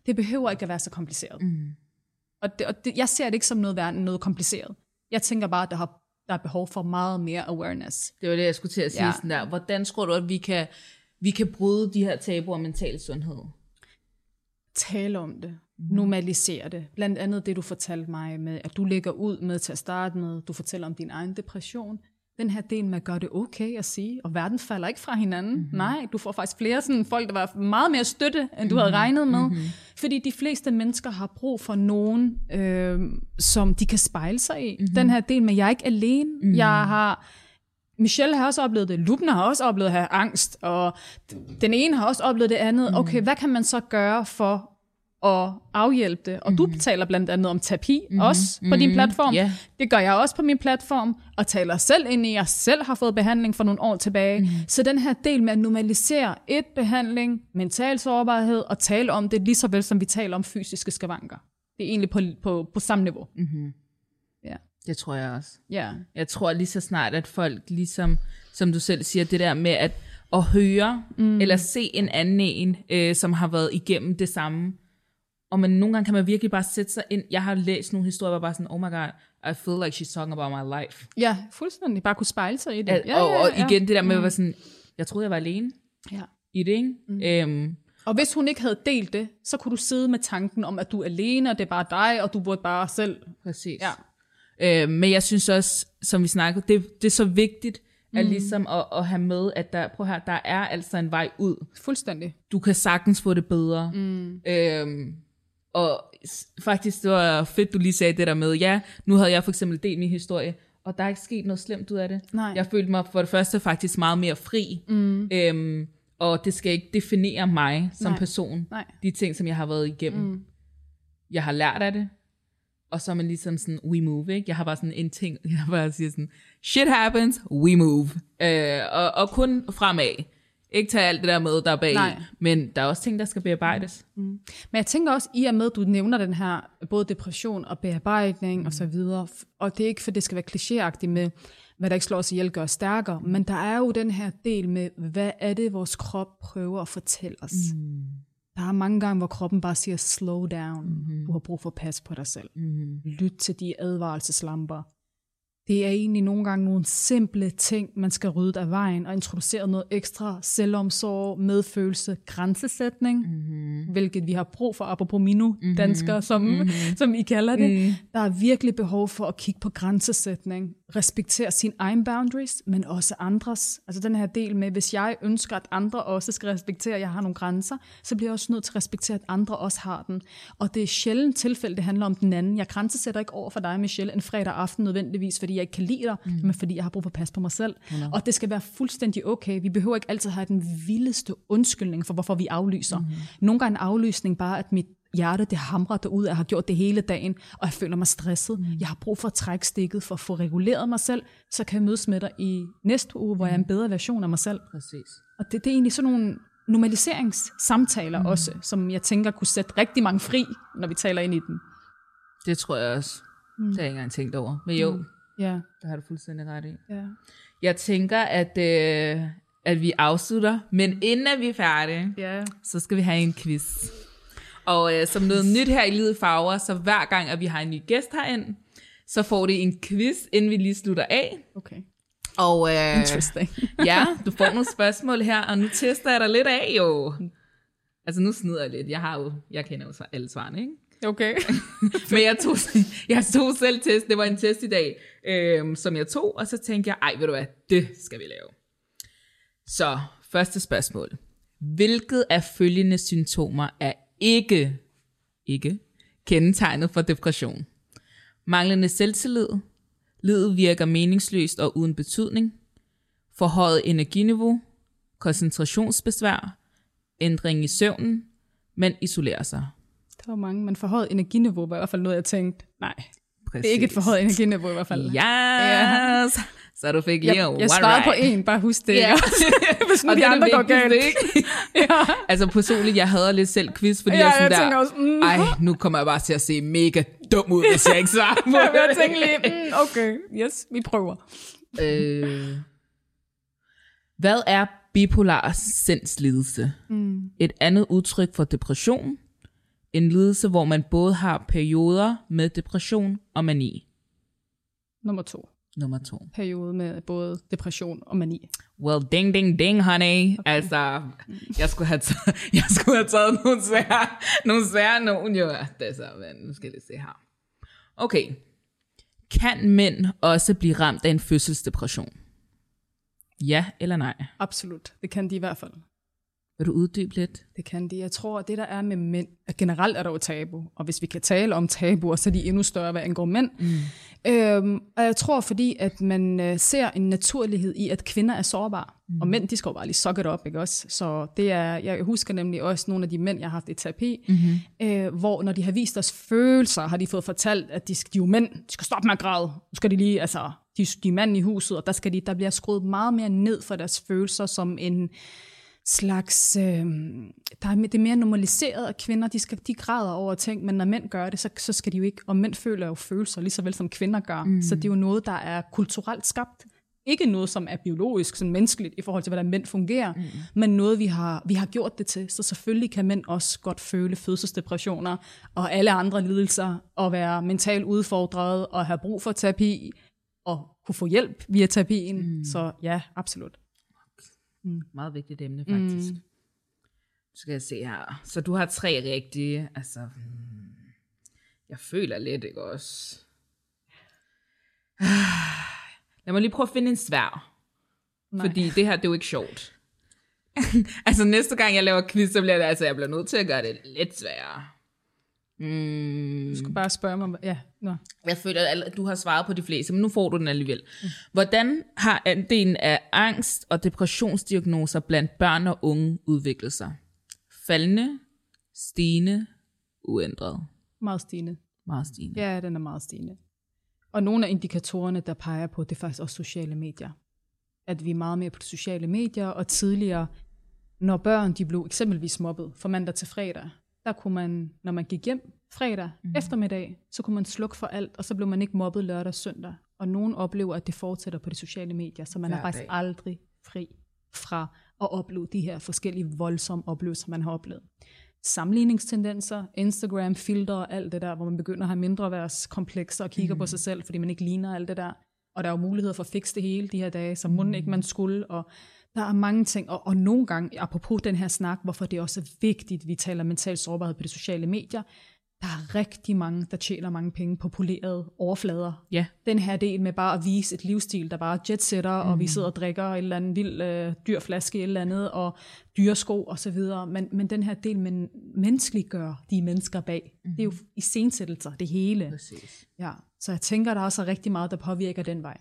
[SPEAKER 2] Det behøver ikke at være så kompliceret. Og jeg ser det ikke som noget kompliceret. Jeg tænker bare, at der er behov for meget mere awareness.
[SPEAKER 1] Det var det, jeg skulle til at sige sådan der. Hvordan tror du, at vi kan bryde de her tabuer om mental sundhed?
[SPEAKER 2] Tale om det. Normalisere det. Blandt andet det, du fortalte mig med, at du lægger ud med til at starte med. Du fortæller om din egen depression. Den her del med at gøre det okay at sige, og verden falder ikke fra hinanden. Nej, du får faktisk flere sådan folk, der var meget mere støtte, end du havde regnet med. Fordi de fleste mennesker har brug for nogen, som de kan spejle sig i. Den her del med, jeg er ikke alene. Michelle har også oplevet det, Lubna har også oplevet at have angst, og den ene har også oplevet det andet. Okay, hvad kan man så gøre for at afhjælpe det? Og du taler blandt andet om terapi også på din platform. Yeah. Det gør jeg også på min platform, og taler selv ind i, jeg selv har fået behandling for nogle år tilbage. Så den her del med at normalisere behandling, mental sårbarhed, og tale om det lige så vel, som vi taler om fysiske skavanker. Det er egentlig på samme niveau.
[SPEAKER 1] Ja. Det tror jeg også.
[SPEAKER 2] Ja.
[SPEAKER 1] Jeg tror lige så snart, at folk ligesom, som du selv siger, det der med at høre, eller se en anden som har været igennem det samme. Og nogle gange kan man virkelig bare sætte sig ind. Jeg har læst nogle historier, hvor bare sådan, oh my god, I feel like she's talking about my life.
[SPEAKER 2] Ja, fuldstændig. Bare kunne spejle sig i det.
[SPEAKER 1] Og igen det der med at være sådan, jeg troede, jeg var alene i det, ikke?
[SPEAKER 2] Og hvis hun ikke havde delt det, så kunne du sidde med tanken om, at du er alene, og det er bare dig, og du burde bare selv.
[SPEAKER 1] Præcis. Ja. Men jeg synes også, som vi snakkede, det er så vigtigt, at ligesom at have med, at der er altså en vej ud.
[SPEAKER 2] Fuldstændig.
[SPEAKER 1] Du kan sagtens få det bedre. Og faktisk, det var fedt, du lige sagde det der med, nu havde jeg for eksempel delt min historie, og der er ikke sket noget slemt ud af det.
[SPEAKER 2] Nej.
[SPEAKER 1] Jeg følte mig for det første faktisk meget mere fri, og det skal ikke definere mig som person.
[SPEAKER 2] Nej.
[SPEAKER 1] De ting, som jeg har været igennem. Jeg har lært af det, og så er man ligesom sådan, we move, ikke? Jeg har bare sådan en ting, jeg bare siger sådan, shit happens, we move. Og kun fremad. Ikke tage alt det der med, der er bag.
[SPEAKER 2] Nej.
[SPEAKER 1] Men der er også ting, der skal bearbejdes.
[SPEAKER 2] Men jeg tænker også, i og med, at du nævner den her, både depression og bearbejdning og så videre, og det er ikke, for det skal være klichéagtigt med, hvad der ikke slår os ihjel, gør os stærkere, men der er jo den her del med, hvad er det, vores krop prøver at fortælle os. Der er mange gange, hvor kroppen bare siger, slow down. Du har brug for at passe på dig selv. Lyt til de advarselslamper. Det er egentlig nogle gange nogle simple ting, man skal rydde af vejen, og introducere noget ekstra selvomsorg, medfølelse, grænsesætning, hvilket vi har brug for, apropos danskere, som I kalder det. Der er virkelig behov for at kigge på grænsesætning, respektere sine egen boundaries, men også andres. Altså den her del med, hvis jeg ønsker, at andre også skal respektere, at jeg har nogle grænser, så bliver jeg også nødt til at respektere, at andre også har den. Og det er sjældent tilfælde, det handler om den anden. Jeg grænsesætter ikke over for dig, Michelle, en fredag aften nødvendigvis, fordi jeg ikke kan lide dig, men fordi jeg har brug for at passe på mig selv. Og det skal være fuldstændig okay. Vi behøver ikke altid have den vildeste undskyldning for, hvorfor vi aflyser. Nogle gange en aflysning bare, at mit hjerte, det hamrer derud, at jeg har gjort det hele dagen, og jeg føler mig stresset. Jeg har brug for at trække stikket, for at få reguleret mig selv, så kan jeg mødes med dig i næste uge, hvor jeg er en bedre version af mig selv.
[SPEAKER 1] Præcis.
[SPEAKER 2] Og det er egentlig sådan nogle normaliseringssamtaler også, som jeg tænker kunne sætte rigtig mange fri, når vi taler ind i den.
[SPEAKER 1] Det tror jeg også. Det har jeg ikke engang tænkt over. Men jo, der har du fuldstændig ret i.
[SPEAKER 2] Ja.
[SPEAKER 1] Jeg tænker, at vi afslutter, men inden at vi er færdige, så skal vi have en quiz. Og som noget nyt her i Livet Farver, så hver gang, at vi har en ny gæst herind, så får det en quiz, inden vi lige slutter af.
[SPEAKER 2] Okay.
[SPEAKER 1] Og
[SPEAKER 2] interesting.
[SPEAKER 1] du får nogle spørgsmål her, og nu tester jeg dig lidt af, jo. Altså nu snyder jeg lidt. Jeg kender jo så alle svarene, ikke?
[SPEAKER 2] Okay.
[SPEAKER 1] Men jeg tog selv test. Det var en test i dag, som jeg tog, og så tænkte jeg, ved du hvad, det skal vi lave. Så, første spørgsmål. Hvilket af følgende symptomer er ikke kendetegnet for depression? Manglende selvtillid, livet virker meningsløst og uden betydning, forhøjet energiniveau, koncentrationsbesvær, ændring i søvnen, man isolerer sig.
[SPEAKER 2] Der var mange, men forhøjet energiniveau var i hvert fald noget, jeg tænkte, nej.
[SPEAKER 1] Præcis.
[SPEAKER 2] Det er ikke et forhøjet energiniveau i hvert fald.
[SPEAKER 1] Yes! Så du fik lige
[SPEAKER 2] jeg svarede på en, bare husk det. Yeah. Hvis nu de andre går galt.
[SPEAKER 1] Altså personligt, jeg hader lidt selv quiz, fordi jeg sådan der, også, nu kommer jeg bare til at se mega dum ud, hvis jeg ikke svarer på det.
[SPEAKER 2] Jeg tænkte lige, okay, yes, vi prøver.
[SPEAKER 1] Hvad er bipolar sindslidelse? Et andet udtryk for depression? en lidelse, hvor man både har perioder med depression og mani.
[SPEAKER 2] Nummer 2. Periode med både depression og mani.
[SPEAKER 1] Well, ding, ding, ding, honey. Okay. Altså, jeg skulle have taget nogle svære nogen, jo. Det er så, men nu skal jeg se her. Okay. Kan mænd også blive ramt af en fødselsdepression? Ja eller nej?
[SPEAKER 2] Absolut. Det kan de i hvert fald.
[SPEAKER 1] Vil du uddybe lidt?
[SPEAKER 2] Det kan de. Jeg tror, at det der er med mænd, at generelt er der jo tabu. Og hvis vi kan tale om tabuer, så er de endnu større, hvad angår mænd. Og jeg tror, fordi at man ser en naturlighed i, at kvinder er sårbare. Og mænd, de skal jo bare lige suck it up, ikke også? Så det er, jeg husker nemlig også nogle af de mænd, jeg har haft i terapi, hvor når de har vist deres følelser, har de fået fortalt, at de er jo mænd, de skal stoppe med at græde. Nu skal de lige, altså, de er mænd i huset, og der bliver skruet meget mere ned for deres følelser som en slags, det er mere normaliseret, at kvinder, de græder over ting, men når mænd gør det, så skal de jo ikke, og mænd føler jo følelser, lige så vel som kvinder gør, så det er jo noget, der er kulturelt skabt, ikke noget, som er biologisk, sådan menneskeligt, i forhold til, hvordan mænd fungerer, men noget, vi har gjort det til, så selvfølgelig kan mænd også godt føle fødselsdepressioner, og alle andre lidelser, og være mentalt udfordret, og have brug for terapi, og kunne få hjælp via terapien, så ja, absolut.
[SPEAKER 1] Meget vigtigt emne, faktisk. Så skal jeg se her. Så du har 3 rigtige. Altså, jeg føler lidt, ikke også? Lad mig lige prøve at finde en svær. Nej. Fordi det her, det er jo ikke sjovt. Altså, næste gang jeg laver quiz, så bliver det, altså, jeg bliver nødt til at gøre det lidt sværere.
[SPEAKER 2] Du skal bare spørge mig. Ja,
[SPEAKER 1] Jeg føler, at du har svaret på de fleste, men nu får du den alligevel. Hvordan har andelen af angst- og depressionsdiagnoser blandt børn og unge udviklet sig? Faldende, stigende, uændret?
[SPEAKER 2] Meget stigende.
[SPEAKER 1] Meget stigende.
[SPEAKER 2] Ja, den er meget stigende. Og nogle af indikatorerne, der peger på, det er faktisk også sociale medier. At vi er meget mere på de sociale medier, og tidligere, når børn de blev eksempelvis mobbet fra mandag til fredag, der kunne man, når man gik hjem fredag eftermiddag, så kunne man slukke for alt, og så blev man ikke mobbet lørdag og søndag. Og nogen oplever, at det fortsætter på de sociale medier, så man er faktisk aldrig fri fra at opleve de her forskellige voldsomme oplevelser, man har oplevet. Sammenligningstendenser, Instagram, filter og alt det der, hvor man begynder at have mindreværdskomplekser og kigger på sig selv, fordi man ikke ligner alt det der. Og der er jo muligheder for at fikse det hele de her dage, som munden ikke man skulle, og der er mange ting, og nogle gange, apropos den her snak, hvorfor det også er vigtigt, at vi taler mental sårbarhed på de sociale medier, der er rigtig mange, der tjener mange penge på polerede overflader.
[SPEAKER 1] Ja. Den
[SPEAKER 2] her del med bare at vise et livsstil, der bare er jetsetter, og vi sidder og drikker et eller andet vild dyr flaske, et eller andet, og dyresko og så videre. Men den her del med menneskeliggør de mennesker bag. Det er jo iscenesættelser, det hele.
[SPEAKER 1] Præcis.
[SPEAKER 2] Ja. Så jeg tænker, der også er rigtig meget, der påvirker den vej.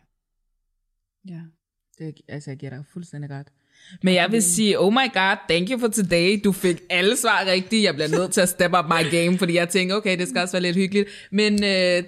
[SPEAKER 2] Ja.
[SPEAKER 1] Jeg giver dig fuldstændig ret. Men jeg vil sige, oh my god, thank you for today. Du fik alle svar rigtigt. Jeg bliver nødt til at step up my game, fordi jeg tænker, okay, det skal også være lidt hyggeligt. Men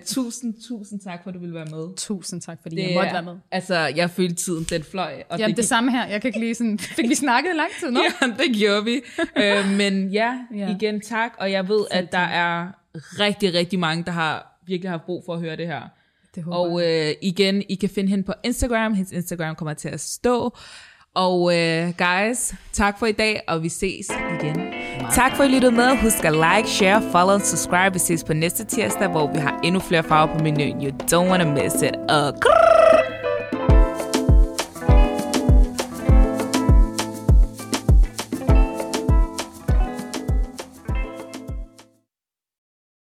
[SPEAKER 1] tusind tak, for at du ville være med.
[SPEAKER 2] Tusind tak, fordi jeg måtte være med.
[SPEAKER 1] Altså, jeg følte tiden, den fløj. Og
[SPEAKER 2] jamen, det samme her. Jeg kan ikke lige sådan... Fik vi snakket lang tid nu?
[SPEAKER 1] Ja, det gjorde vi. Men igen tak. Og jeg ved, at der er rigtig, rigtig mange, der har virkelig haft brug for at høre det her. Og igen, I kan finde hende på Instagram. Hendes Instagram kommer til at stå. Og guys, tak for i dag, og vi ses igen. Tak for at I lyttede med. Husk at like, share, follow og subscribe. Vi ses på næste tirsdag, hvor vi har endnu flere farver på menuen. You don't wanna miss it.